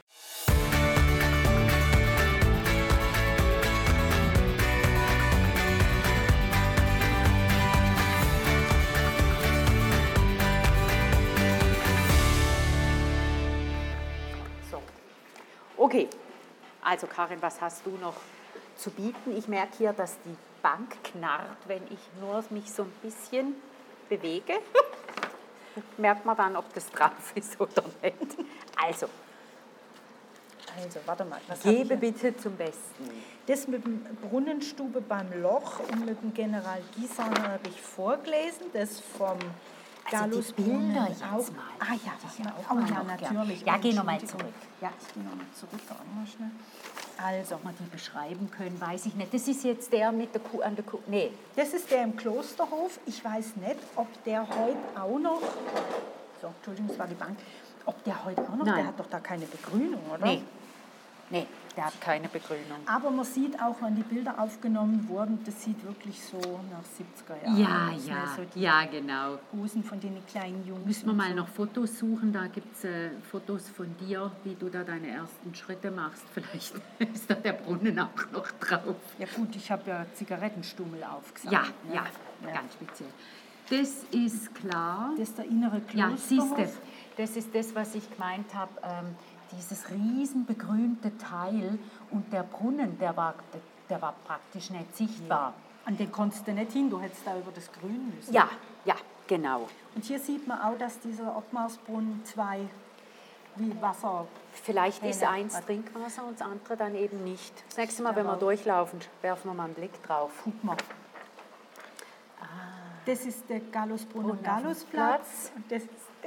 [SPEAKER 1] Okay, also Karin, was hast du noch zu bieten? Ich merke hier, dass die Bank knarrt, wenn ich nur mich so ein bisschen bewege. Merkt man dann, ob das drauf ist oder nicht. Also,
[SPEAKER 2] also warte mal.
[SPEAKER 1] Was gebe bitte zum Besten.
[SPEAKER 2] Das mit dem Brunnenstube beim Loch und mit dem General Gießaner habe ich vorgelesen. Das vom Gallus
[SPEAKER 1] also die Bilder jetzt
[SPEAKER 2] auch.
[SPEAKER 1] mal.
[SPEAKER 2] Ah ja,
[SPEAKER 1] das ist ja auch
[SPEAKER 2] oh,
[SPEAKER 1] mal
[SPEAKER 2] ja,
[SPEAKER 1] noch
[SPEAKER 2] natürlich.
[SPEAKER 1] Ja, geh nochmal zurück.
[SPEAKER 2] Ja, ich gehe nochmal zurück. Mal schnell.
[SPEAKER 1] Also, ob wir die beschreiben können, weiß ich nicht. Das ist jetzt der mit der Kuh an der Kuh. Nee.
[SPEAKER 2] Das ist der im Klosterhof. Ich weiß nicht, ob der heute auch noch. So, Entschuldigung, das war die Bank. Ob der heute auch noch.
[SPEAKER 1] Nein.
[SPEAKER 2] Der hat doch da keine Begrünung, oder?
[SPEAKER 1] Nee. Nee, der hat keine Begrünung.
[SPEAKER 2] Aber man sieht auch, wenn die Bilder aufgenommen wurden, das sieht wirklich so nach siebziger Jahren
[SPEAKER 1] ja,
[SPEAKER 2] aus.
[SPEAKER 1] Ja,
[SPEAKER 2] so die
[SPEAKER 1] ja, genau.
[SPEAKER 2] Busen von den kleinen Jungs.
[SPEAKER 1] Müssen wir mal so noch Fotos suchen, da gibt es äh, Fotos von dir, wie du da deine ersten Schritte machst. Vielleicht ist da der Brunnen auch noch drauf.
[SPEAKER 2] Ja gut, ich habe ja Zigarettenstummel aufgesammelt.
[SPEAKER 1] Ja,
[SPEAKER 2] ne?
[SPEAKER 1] ja, ja, ganz speziell. Das ist klar.
[SPEAKER 2] Das ist der innere Klosterhof.
[SPEAKER 1] Ja, siehst du, das ist das, was ich gemeint habe. Ähm, dieses riesen begrünte Teil und der Brunnen, der war, der war praktisch nicht sichtbar.
[SPEAKER 2] Ja. An den konntest du nicht hin, du hättest da über das Grün müssen.
[SPEAKER 1] Ja, ja, genau.
[SPEAKER 2] Und hier sieht man auch, dass dieser Ottmarsbrunnen zwei wie Wasser...
[SPEAKER 1] Vielleicht ist eins Trinkwasser und das andere dann eben nicht. Das nächste Mal, wenn wir durchlaufen, werfen wir mal einen Blick drauf.
[SPEAKER 2] Guck mal.
[SPEAKER 1] Ah.
[SPEAKER 2] Das ist der Gallusbrunnen am Gallusplatz. Und das ist der,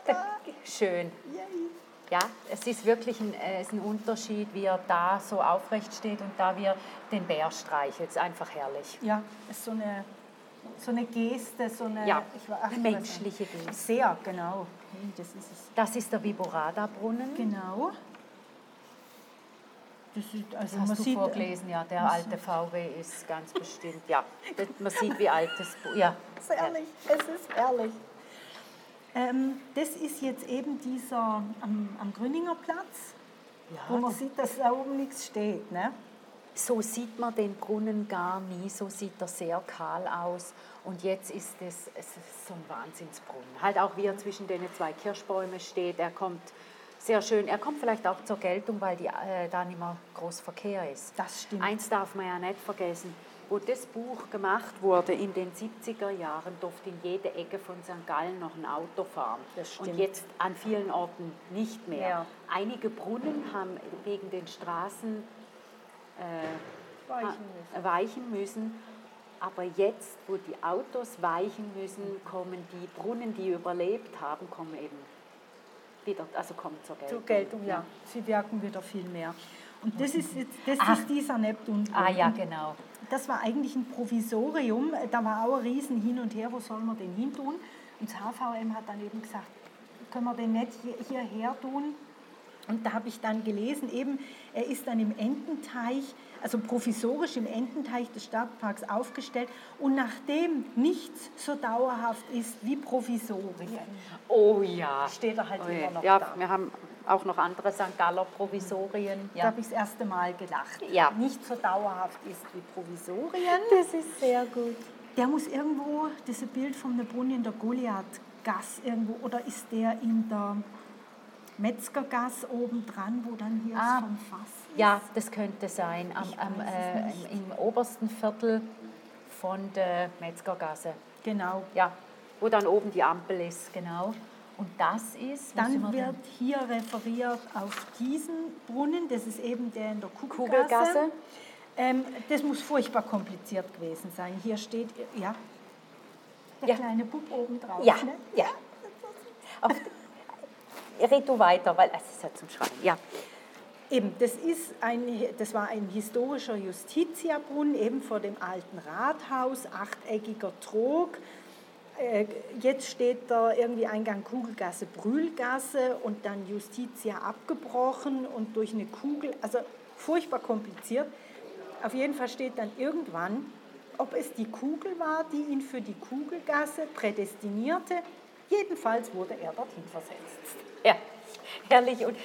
[SPEAKER 1] Schön. Ja, es ist wirklich ein, äh, es ist ein Unterschied, wie er da so aufrecht steht und da wie er den Bär streichelt. Es ist einfach herrlich.
[SPEAKER 2] Ja, es ist so eine, so eine Geste, so eine,
[SPEAKER 1] ja,
[SPEAKER 2] ich, ach,
[SPEAKER 1] eine menschliche Geste.
[SPEAKER 2] Sehr, genau. Das ist es.
[SPEAKER 1] Das ist der Viborada-Brunnen.
[SPEAKER 2] Genau. Das, ist, also
[SPEAKER 1] das hast
[SPEAKER 2] man
[SPEAKER 1] du
[SPEAKER 2] sieht,
[SPEAKER 1] vorgelesen, ja, der alte V W ist ganz bestimmt, ja. Das, man sieht, wie alt das Buch, ja.
[SPEAKER 2] Es ist herrlich, es ist herrlich. Ähm, das ist jetzt eben dieser am, am Grüninger Platz, ja, wo man sieht, dass da oben nichts steht. Ne?
[SPEAKER 1] So sieht man den Brunnen gar nie, so sieht er sehr kahl aus. Und jetzt ist es, es ist so ein Wahnsinnsbrunnen. Halt auch wie er zwischen den zwei Kirschbäumen steht, er kommt sehr schön, er kommt vielleicht auch zur Geltung, weil die, äh, da nicht mehr groß Verkehr ist.
[SPEAKER 2] Das stimmt.
[SPEAKER 1] Eins darf man ja nicht vergessen. Wo das Buch gemacht wurde, in den siebziger Jahren, durfte in jede Ecke von Sankt Gallen noch ein Auto fahren.
[SPEAKER 2] Das stimmt.
[SPEAKER 1] Und jetzt an vielen Orten nicht mehr.
[SPEAKER 2] Ja.
[SPEAKER 1] Einige Brunnen haben wegen den Straßen äh,
[SPEAKER 2] weichen, müssen.
[SPEAKER 1] weichen müssen. Aber jetzt, wo die Autos weichen müssen, kommen die Brunnen, die überlebt haben, kommen eben wieder, also kommen zur Geltung.
[SPEAKER 2] Zur Geltung, ja. ja. Sie wirken wieder viel mehr. Und das ist, jetzt, das ist dieser Neptun.
[SPEAKER 1] Ah ja, genau.
[SPEAKER 2] Das war eigentlich ein Provisorium. Da war auch ein Riesen hin und her, wo soll man den hin tun? Und das H V M hat dann eben gesagt, können wir den nicht hier, hierher tun? Und da habe ich dann gelesen, eben, er ist dann im Ententeich, also provisorisch im Ententeich des Stadtparks aufgestellt. Und nachdem nichts so dauerhaft ist wie Provisorien,
[SPEAKER 1] oh ja,
[SPEAKER 2] steht er halt
[SPEAKER 1] oh
[SPEAKER 2] immer
[SPEAKER 1] ja.
[SPEAKER 2] noch
[SPEAKER 1] ja,
[SPEAKER 2] da.
[SPEAKER 1] Wir haben auch noch andere Sankt Galler Provisorien.
[SPEAKER 2] Da
[SPEAKER 1] Ja.
[SPEAKER 2] habe ich das erste Mal gelacht.
[SPEAKER 1] Ja.
[SPEAKER 2] Nicht so dauerhaft ist wie Provisorien.
[SPEAKER 1] Das ist sehr gut.
[SPEAKER 2] Der muss irgendwo, das Bild von der Brunnen in der Goliath-Gasse irgendwo, oder ist der in der Metzgergasse oben dran, wo dann hier
[SPEAKER 1] Ah,
[SPEAKER 2] so ein Fass ist?
[SPEAKER 1] Ja, das könnte sein. Am,
[SPEAKER 2] Ich
[SPEAKER 1] am,
[SPEAKER 2] weiß
[SPEAKER 1] äh,
[SPEAKER 2] es nicht.
[SPEAKER 1] im, Im obersten Viertel von der Metzgergasse.
[SPEAKER 2] Genau.
[SPEAKER 1] Ja, wo dann oben die Ampel ist, genau. Und das ist... wo sind
[SPEAKER 2] Dann
[SPEAKER 1] wir
[SPEAKER 2] wird
[SPEAKER 1] denn?
[SPEAKER 2] hier referiert auf diesen Brunnen, das ist eben der in der Kugelgasse.
[SPEAKER 1] Kugelgasse.
[SPEAKER 2] Ähm, das muss furchtbar kompliziert gewesen sein. Hier steht, ja, der
[SPEAKER 1] Ja.
[SPEAKER 2] kleine Bub oben drauf.
[SPEAKER 1] Ja,
[SPEAKER 2] Ne?
[SPEAKER 1] ja. Auf, red du weiter, weil es ist ja zum Schreien. Ja.
[SPEAKER 2] Eben, das, ist ein, das war ein historischer Justitiabrunnen, eben vor dem alten Rathaus, achteckiger Trog. Äh, jetzt steht da irgendwie Eingang Kugelgasse, Brühlgasse und dann Justitia abgebrochen und durch eine Kugel, also furchtbar kompliziert. Auf jeden Fall steht dann irgendwann, ob es die Kugel war, die ihn für die Kugelgasse prädestinierte. Jedenfalls wurde er dorthin versetzt.
[SPEAKER 1] Ja, herrlich. Und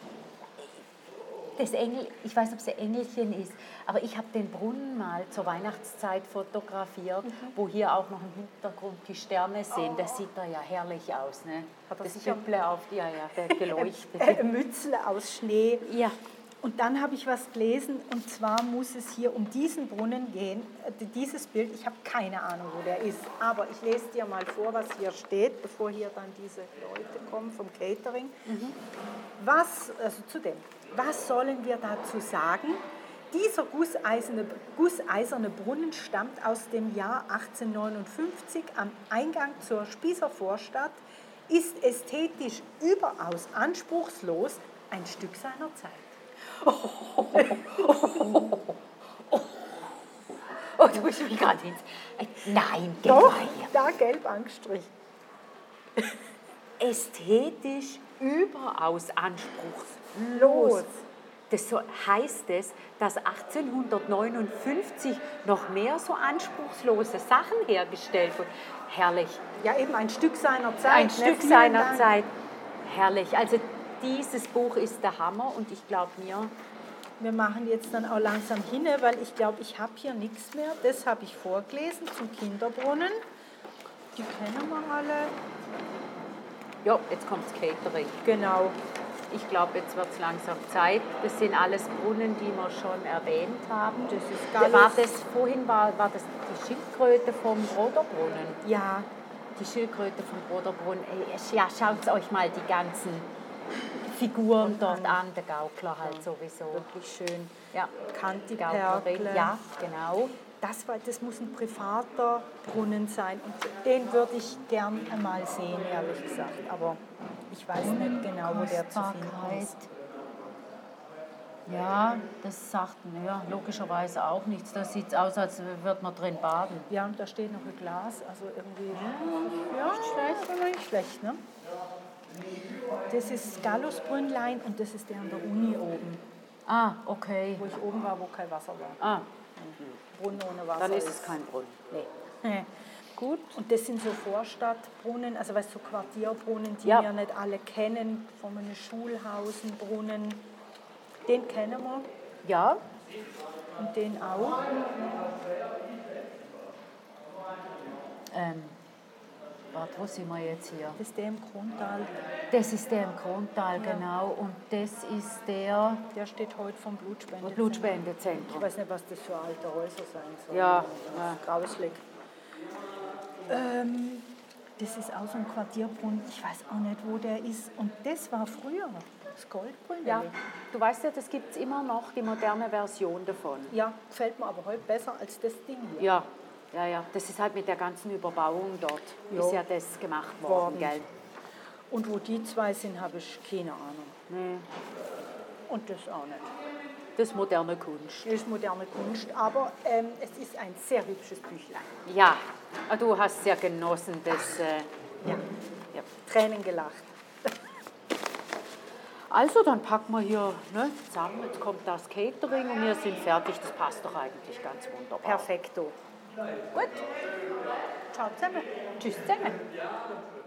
[SPEAKER 1] das Engel, ich weiß nicht, ob es ein Engelchen ist, aber ich habe den Brunnen mal zur Weihnachtszeit fotografiert, mhm. wo hier auch noch im Hintergrund die Sterne sind. Das sieht da ja herrlich aus. Ne?
[SPEAKER 2] Hat er
[SPEAKER 1] das
[SPEAKER 2] sicher-
[SPEAKER 1] Tüpple auf die, ja, ja, der geleuchtet.
[SPEAKER 2] Äh, Mützle aus Schnee.
[SPEAKER 1] Ja.
[SPEAKER 2] Und dann habe ich was gelesen, und zwar muss es hier um diesen Brunnen gehen. Äh, Dieses Bild, ich habe keine Ahnung, wo der ist, aber ich lese dir mal vor, was hier steht, bevor hier dann diese Leute kommen vom Catering.
[SPEAKER 1] Mhm.
[SPEAKER 2] Was, also zu dem, was sollen wir dazu sagen? Dieser gusseiserne, gusseiserne Brunnen stammt aus dem Jahr achtzehnhundertneunundfünfzig am Eingang zur Spießer Vorstadt, ist ästhetisch überaus anspruchslos, ein Stück seiner Zeit.
[SPEAKER 1] Oh, du bist mich gerade hin. Nein, geh
[SPEAKER 2] Doch,
[SPEAKER 1] mal hier.
[SPEAKER 2] da gelb angestrichen.
[SPEAKER 1] Ästhetisch überaus anspruchslos. Das so heißt es, dass achtzehnhundertneunundfünfzig noch mehr so anspruchslose Sachen hergestellt wurden. Herrlich.
[SPEAKER 2] Ja, eben ein Stück seiner Zeit.
[SPEAKER 1] Ein
[SPEAKER 2] ne?
[SPEAKER 1] Stück
[SPEAKER 2] Vielen
[SPEAKER 1] seiner
[SPEAKER 2] Dank.
[SPEAKER 1] Zeit. Herrlich. Also dieses Buch ist der Hammer und ich glaube mir,
[SPEAKER 2] Wir machen jetzt dann auch langsam hin, weil ich glaube, ich habe hier nichts mehr. Das habe ich vorgelesen zum Kinderbrunnen. Die kennen wir alle.
[SPEAKER 1] ja, jetzt kommt das Catering.
[SPEAKER 2] Genau.
[SPEAKER 1] Ich glaube, jetzt wird es langsam Zeit. Das sind alles Brunnen, die wir schon erwähnt haben.
[SPEAKER 2] Das ist Gallus.
[SPEAKER 1] War das, vorhin war, war das die Schildkröte vom Broderbrunnen.
[SPEAKER 2] Ja,
[SPEAKER 1] Die Schildkröte vom Broderbrunnen. Ey, ja, schaut euch mal die ganzen Figuren
[SPEAKER 2] Und
[SPEAKER 1] dort
[SPEAKER 2] an.
[SPEAKER 1] an. Der Gaukler halt sowieso.
[SPEAKER 2] wirklich schön.
[SPEAKER 1] Ja,
[SPEAKER 2] Kanti
[SPEAKER 1] Gauklerin.
[SPEAKER 2] Perkle.
[SPEAKER 1] Ja, genau.
[SPEAKER 2] das, war, das muss ein privater Brunnen sein und den würde ich gern einmal sehen, ehrlich gesagt. Aber ich weiß nicht genau, wo der zu finden ist.
[SPEAKER 1] Ja, das sagt mir ja, logischerweise auch nichts. Da sieht es aus, als würde man drin baden.
[SPEAKER 2] Ja, und da steht noch ein Glas, also irgendwie ja, nicht schlecht, aber nicht schlecht, ne? Das ist Gallusbrünnlein und das ist der an der Uni oben.
[SPEAKER 1] Ah, okay.
[SPEAKER 2] Wo ich oben war, wo kein Wasser war.
[SPEAKER 1] Ah.
[SPEAKER 2] Mhm. Brunnen ohne Wasser.
[SPEAKER 1] Dann ist es kein Brunnen.
[SPEAKER 2] Nee. Gut. Und das sind so Vorstadtbrunnen, also weißt du, so Quartierbrunnen, die
[SPEAKER 1] ja.
[SPEAKER 2] wir nicht alle kennen, von einem Schulhausenbrunnen. Den kennen wir.
[SPEAKER 1] Ja.
[SPEAKER 2] Und den auch.
[SPEAKER 1] Ähm, warte, wo sind wir jetzt hier?
[SPEAKER 2] Das ist der im Krontal.
[SPEAKER 1] Das ist der im Krontal, ja. Genau. Und das ist der...
[SPEAKER 2] Der steht heute vom Blutspendezentrum.
[SPEAKER 1] Blutspendezentrum.
[SPEAKER 2] Ich weiß nicht, was das für alte Häuser sein sollen.
[SPEAKER 1] Ja.
[SPEAKER 2] ja. Grauslig. Ähm, das ist auch so ein Quartierbrunnen. Ich weiß auch nicht, wo der ist. Und das war früher das Goldbrunnen.
[SPEAKER 1] Ja, du weißt ja, das gibt es immer noch, die moderne Version davon.
[SPEAKER 2] Ja, gefällt mir aber heute besser als das Ding hier.
[SPEAKER 1] Ja, ja, ja. Das ist halt mit der ganzen Überbauung dort,
[SPEAKER 2] jo.
[SPEAKER 1] ist ja das gemacht worden, gell?
[SPEAKER 2] Und wo die zwei sind, habe ich keine Ahnung.
[SPEAKER 1] Nee.
[SPEAKER 2] Und das auch nicht.
[SPEAKER 1] Das ist moderne Kunst.
[SPEAKER 2] Das ist moderne Kunst, aber ähm, es ist ein sehr hübsches Büchlein.
[SPEAKER 1] Ja, du hast sehr genossen, das... Äh,
[SPEAKER 2] ja. ja, Tränen gelacht.
[SPEAKER 1] Also, dann packen wir hier ne, zusammen, jetzt kommt das Catering und wir sind fertig. Das passt doch eigentlich ganz wunderbar.
[SPEAKER 2] Perfekto. Gut. Ciao zusammen.
[SPEAKER 1] Tschüss zusammen.